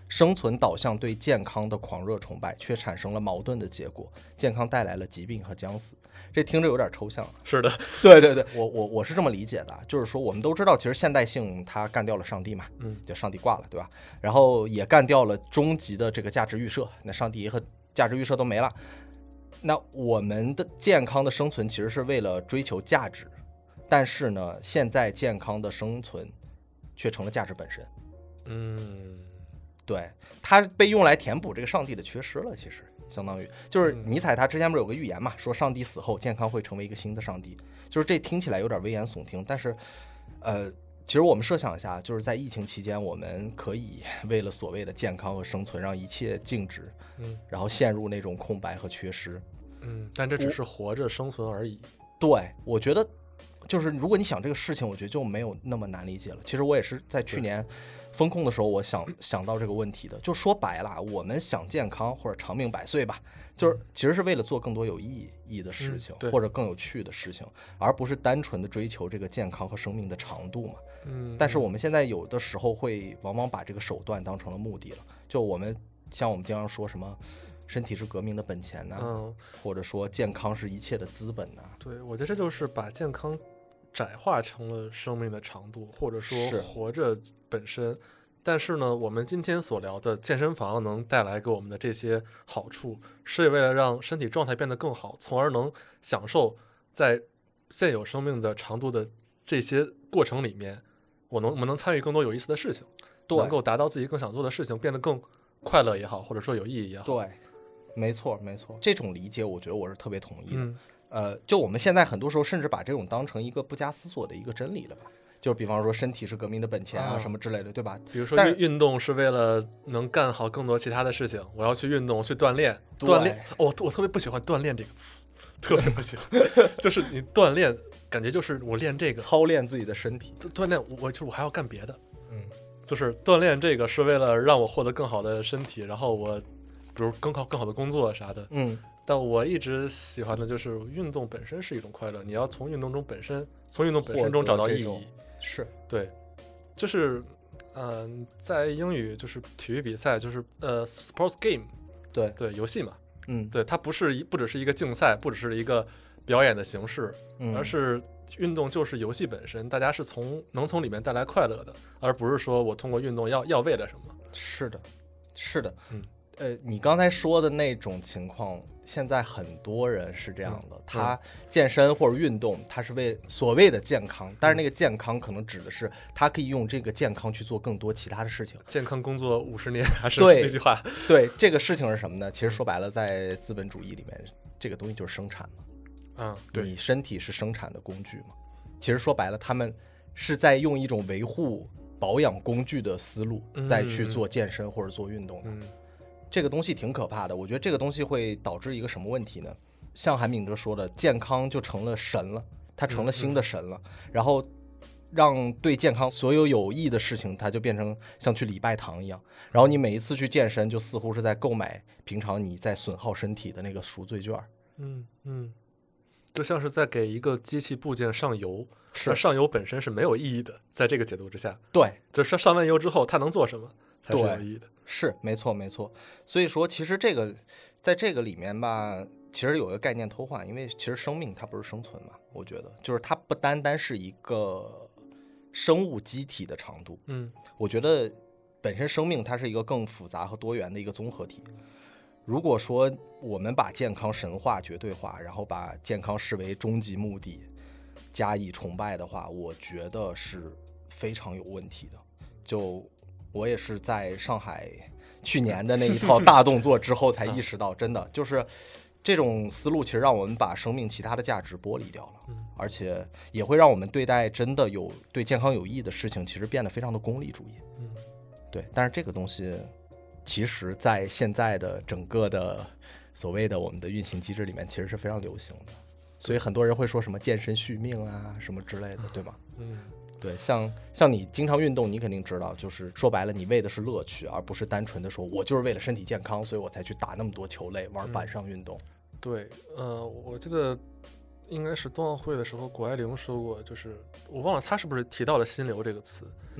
生存导向对健康的狂热崇拜却产生了矛盾的结果，健康带来了疾病和将死。这听着有点抽象。 是的， 对对对，我我我是这么理解的，就是说我们都知道，其实现代性它干掉了上帝嘛， 嗯， 就上帝挂了，对吧？然后也干掉了终极的这个价值预设，那上帝和价值预设都没了。那我们的健康的生存其实是为了追求价值，但是呢，现在健康的生存却成了价值本身。 嗯， 对，它被用来填补这个上帝的缺失了。其实相当于就是尼采他之前不是有个预言嘛，说上帝死后健康会成为一个新的上帝，就是这听起来有点危言耸听，但是呃，其实我们设想一下，就是在疫情期间，我们可以为了所谓的健康和生存，让一切静止， 嗯， 然后陷入那种空白和缺失。 嗯，但这只是活着生存而已。 对，我觉得就是如果你想这个事情，我觉得就没有那么难理解了。其实我也是在去年风控的时候，我想想到这个问题的。就说白了，我们想健康或者长命百岁吧，就是其实是为了做更多有意义的事情， 嗯、 或者更有趣的事情，而不是单纯的追求这个健康和生命的长度嘛。 嗯， 但是我们现在有的时候会往往把这个手段当成了目的了。就我们像我们经常说什么身体是革命的本钱呐、啊嗯， 或者说健康是一切的资本呐、啊。 对，我觉得这就是把健康窄化成了生命的长度，或者说活着本身。但是呢，我们今天所聊的健身房能带来给我们的这些好处，是为了让身体状态变得更好，从而能享受在现有生命的长度的这些过程里面，我能我们能参与更多有意思的事情，能够达到自己更想做的事情，变得更快乐也好，或者说有意义也好。 对，没错没错，这种理解我觉得我是特别同意的。 嗯呃，就我们现在很多时候甚至把这种当成一个不加思索的一个真理了吧，就比方说身体是革命的本钱啊、哦、什么之类的，对吧？ 比如说运动是为了能干好更多其他的事情，我要去运动去锻炼锻炼、哦、我特别不喜欢锻炼这个词，特别不喜欢就是你锻炼感觉就是我练这个操练自己的身体， 锻炼我就是我还要干别的， 嗯， 就是锻炼这个是为了让我获得更好的身体，然后我比如更好更好的工作啥的， 嗯， 但我一直喜欢的就是运动本身是一种快乐，你要从运动中本身从运动本身中找到意义。 是对，就是嗯、呃，在英语就是体育比赛，就是呃 sports game， 对对，游戏嘛， 嗯， 对，它不是一不只是一个竞赛，不只是一个表演的形式， 嗯、 而是运动就是游戏本身，大家是从能从里面带来快乐的，而不是说我通过运动要要为了什么。 是的，是的， 嗯。 呃，你刚才说的那种情况，现在很多人是这样的， 嗯、 他健身或者运动，他是为所谓的健康，但是那个健康可能指的是他可以用这个健康去做更多其他的事情。 健康工作五十年，还是那句话。 对，对，这个事情是什么呢？其实说白了，在资本主义里面，这个东西就是生产嘛。 嗯，对， 你身体是生产的工具嘛。其实说白了，他们是在用一种维护保养工具的思路，再去做健身或者做运动的。 嗯。 这个东西挺可怕的，我觉得这个东西会导致一个什么问题呢？像韩炳哲说的，健康就成了神了，它成了新的神了，嗯嗯，然后让对健康所有有益的事情，它就变成像去礼拜堂一样，然后你每一次去健身，就似乎是在购买平常你在损耗身体的那个赎罪券。 嗯嗯，就像是在给一个机器部件上油， 是上油本身是没有意义的，在这个解读之下， 对， 就是上完油之后它能做什么才是有意义的。 是没错没错，所以说其实这个在这个里面吧，其实有一个概念偷换，因为其实生命它不是生存嘛，我觉得就是它不单单是一个生物机体的长度， 嗯， 我觉得本身生命它是一个更复杂和多元的一个综合体。如果说我们把健康神化绝对化，然后把健康视为终极目的加以崇拜的话，我觉得是非常有问题的。就我也是在上海去年的那一套大动作之后才意识到，真的就是这种思路其实让我们把生命其他的价值剥离掉了， 嗯， 而且也会让我们对待真的有对健康有益的事情其实变得非常的功利主义。 嗯， 对，但是这个东西其实在现在的整个的所谓的我们的运行机制里面其实是非常流行的，所以很多人会说什么健身续命啊什么之类的，对吧？ 嗯， 对，像像你经常运动，你肯定知道，就是说白了，你为的是乐趣，而不是单纯的说我就是为了身体健康，所以我才去打那么多球类，玩板上运动。 嗯、对，呃，我记得应该是冬奥会的时候，谷爱凌说过，就是我忘了他是不是提到了心流这个词， 嗯，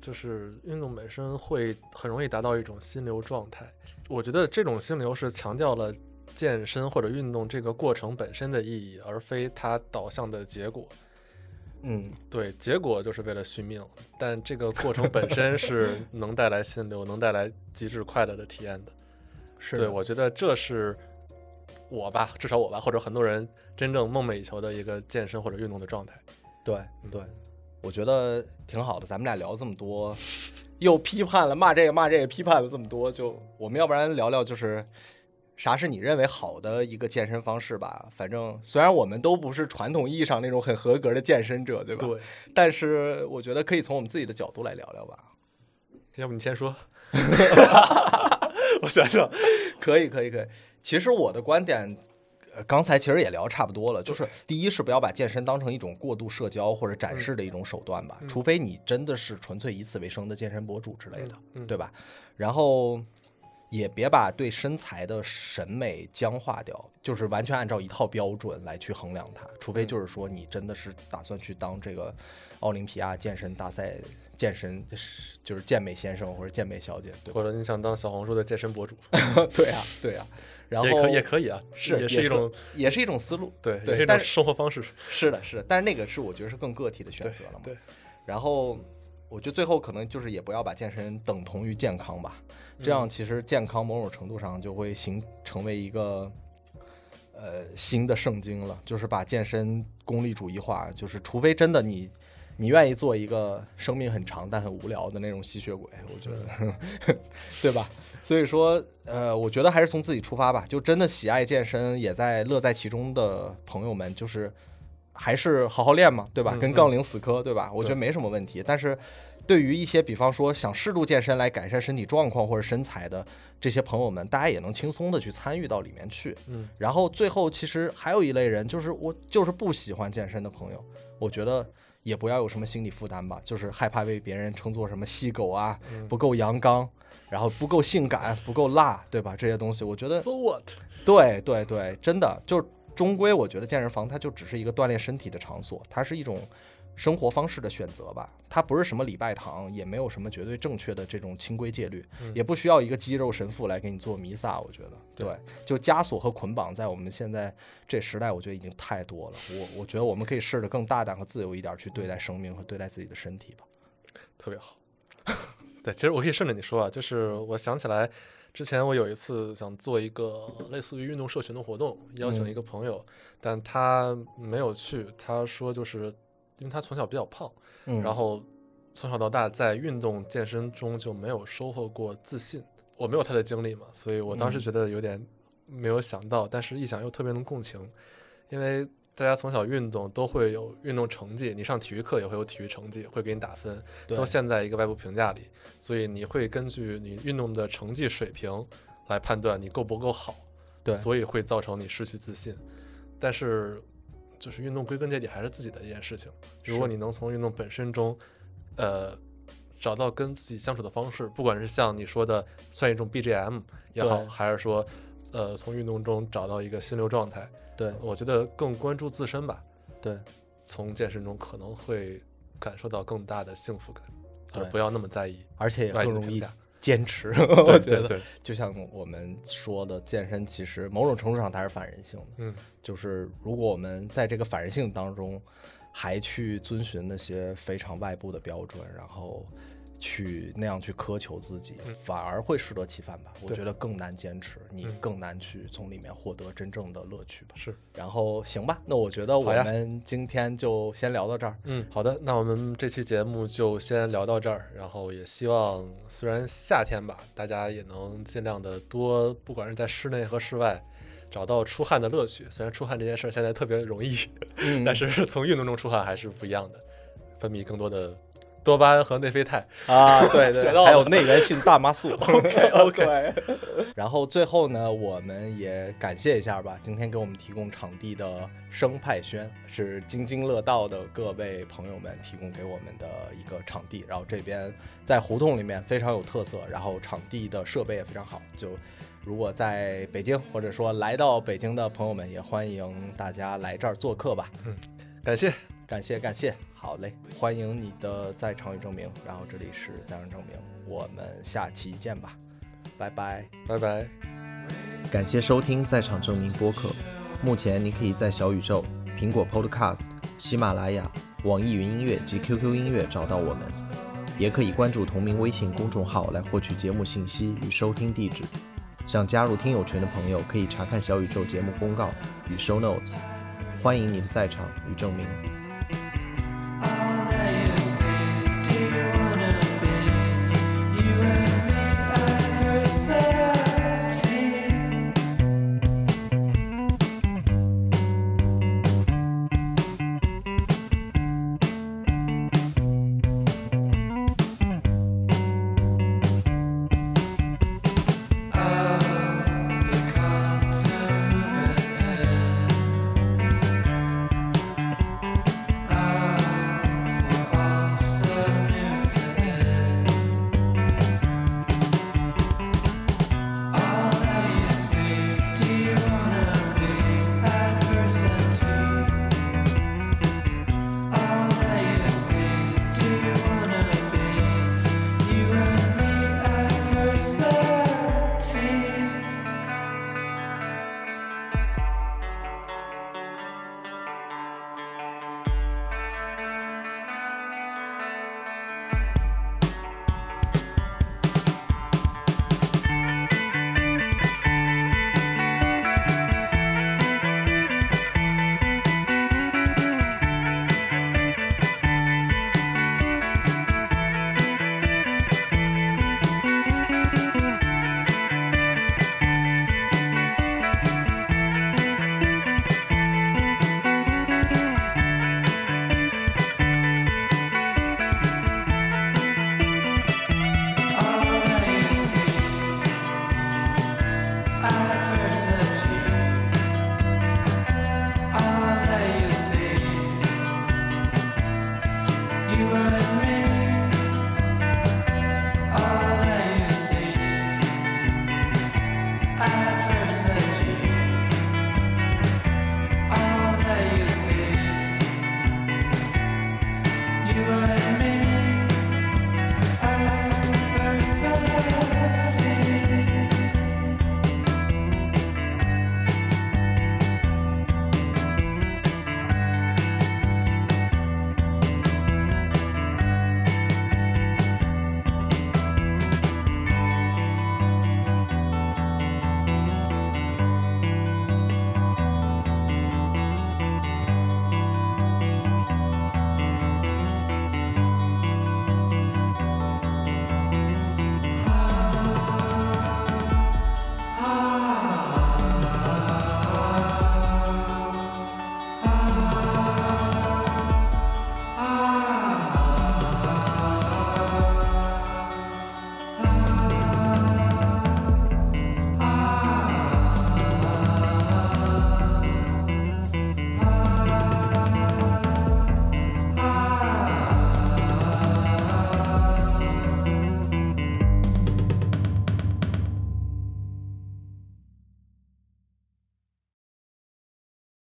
就是运动本身会很容易达到一种心流状态。我觉得这种心流是强调了健身或者运动这个过程本身的意义，而非它导向的结果。 嗯， 对，结果就是为了续命，但这个过程本身是能带来心流，能带来极致快乐的体验的。 是对，我觉得这是我吧，至少我吧，或者很多人真正梦寐以求的一个健身或者运动的状态。 对对，我觉得挺好的。咱们俩聊这么多，又批判了骂这个骂这个，批判了这么多，就我们要不然聊聊就是啥是你认为好的一个健身方式吧。反正虽然我们都不是传统意义上那种很合格的健身者，对吧？ 对。 但是我觉得可以从我们自己的角度来聊聊吧。 要不你先说。我想想。 可以可以可以。其实我的观点呃，刚才其实也聊差不多了，就是第一是不要把健身当成一种过度社交或者展示的一种手段吧， 嗯、 除非你真的是纯粹以此为生的健身博主之类的， 嗯嗯、 对吧？然后也别把对身材的审美僵化掉，就是完全按照一套标准来去衡量它，除非就是说你真的是打算去当这个奥林匹亚健身大赛健身就是健美先生或者健美小姐，对， 或者你想当小红书的健身博主。 对啊对啊，然后也可以也可以啊， 是也是一种也是一种思路， 对对， 也是一种生活方式。 是的是的，但是那个是我觉得是更个体的选择了嘛。 对，对然后我觉得最后可能就是也不要把健身等同于健康吧，这样其实健康某种程度上就会形成为一个呃新的圣经了，就是把健身功利主义化，就是除非真的你你愿意做一个生命很长但很无聊的那种吸血鬼，我觉得对吧？所以说呃我觉得还是从自己出发吧，就真的喜爱健身也在乐在其中的朋友们，就是还是好好练嘛，对吧？ 嗯、 跟杠铃死磕，对吧？我觉得没什么问题。但是对于一些比方说想适度健身来改善身体状况或者身材的这些朋友们，大家也能轻松的去参与到里面去。 嗯， 然后最后其实还有一类人，就是我就是不喜欢健身的朋友，我觉得也不要有什么心理负担吧，就是害怕被别人称作什么细狗啊， 嗯、 不够阳刚，然后不够性感，不够辣，对吧？这些东西我觉得 So what？ 对对对，真的就是终归我觉得健身房它就只是一个锻炼身体的场所，它是一种生活方式的选择吧，它不是什么礼拜堂，也没有什么绝对正确的这种清规戒律、嗯、也不需要一个肌肉神父来给你做弥撒，我觉得 对, 对，就枷锁和捆绑在我们现在这时代我觉得已经太多了，我我觉得我们可以试着更大胆和自由一点去对待生命和对待自己的身体吧。 特别好。对，其实我可以顺着你说啊，就是我想起来之前我有一次想做一个类似于运动社群的活动，邀请一个朋友、嗯、但他没有去，他说就是因为他从小比较胖、嗯、然后从小到大在运动健身中就没有收获过自信，我没有他的经历嘛，所以我当时觉得有点没有想到、嗯、但是一想又特别能共情，因为大家从小运动都会有运动成绩，你上体育课也会有体育成绩，会给你打分，都现在一个外部评价里，所以你会根据你运动的成绩水平来判断你够不够好， 对， 所以会造成你失去自信。但是就是运动归根结底还是自己的一件事情，如果你能从运动本身中呃找到跟自己相处的方式，不管是像你说的算一种 B G M 也好，还是说呃从运动中找到一个心流状态， 对， 我觉得更关注自身吧， 对， 从健身中可能会感受到更大的幸福感，而不要那么在意， 而且也更容易坚持。 对我觉得对对， 就像我们说的，健身其实某种程度上它是反人性的， 嗯， 就是如果我们在这个反人性当中还去遵循那些非常外部的标准，然后去那样去苛求自己、嗯、反而会适得其反吧，我觉得更难坚持，你更难去从里面获得真正的乐趣吧。 是， 然后行吧，那我觉得我们今天就先聊到这儿。 嗯，好的，那我们这期节目就先聊到这儿，然后也希望虽然夏天吧，大家也能尽量的多，不管是在室内和室外找到出汗的乐趣，虽然出汗这件事现在特别容易、嗯、但是从运动中出汗还是不一样的，分泌更多的多巴胺和内啡肽啊，对对，还有内源性大麻素。 OK OK 然后最后呢，我们也感谢一下吧，今天给我们提供场地的生派轩，是津津乐道的各位朋友们提供给我们的一个场地，然后这边在胡同里面非常有特色，然后场地的设备也非常好，就如果在北京或者说来到北京的朋友们，也欢迎大家来这儿做客吧。 嗯，感谢感谢感谢，好嘞，欢迎你的在场与证明。然后这里是在场证明，我们下期见吧，拜拜拜拜。 感谢收听在场证明播客。目前你可以在小宇宙、苹果 Podcast、喜马拉雅、网易云音乐及 Q Q 音乐找到我们，也可以关注同名微信公众号来获取节目信息与收听地址。想加入听友群的朋友可以查看小宇宙节目公告与 show notes。欢迎你的在场与证明。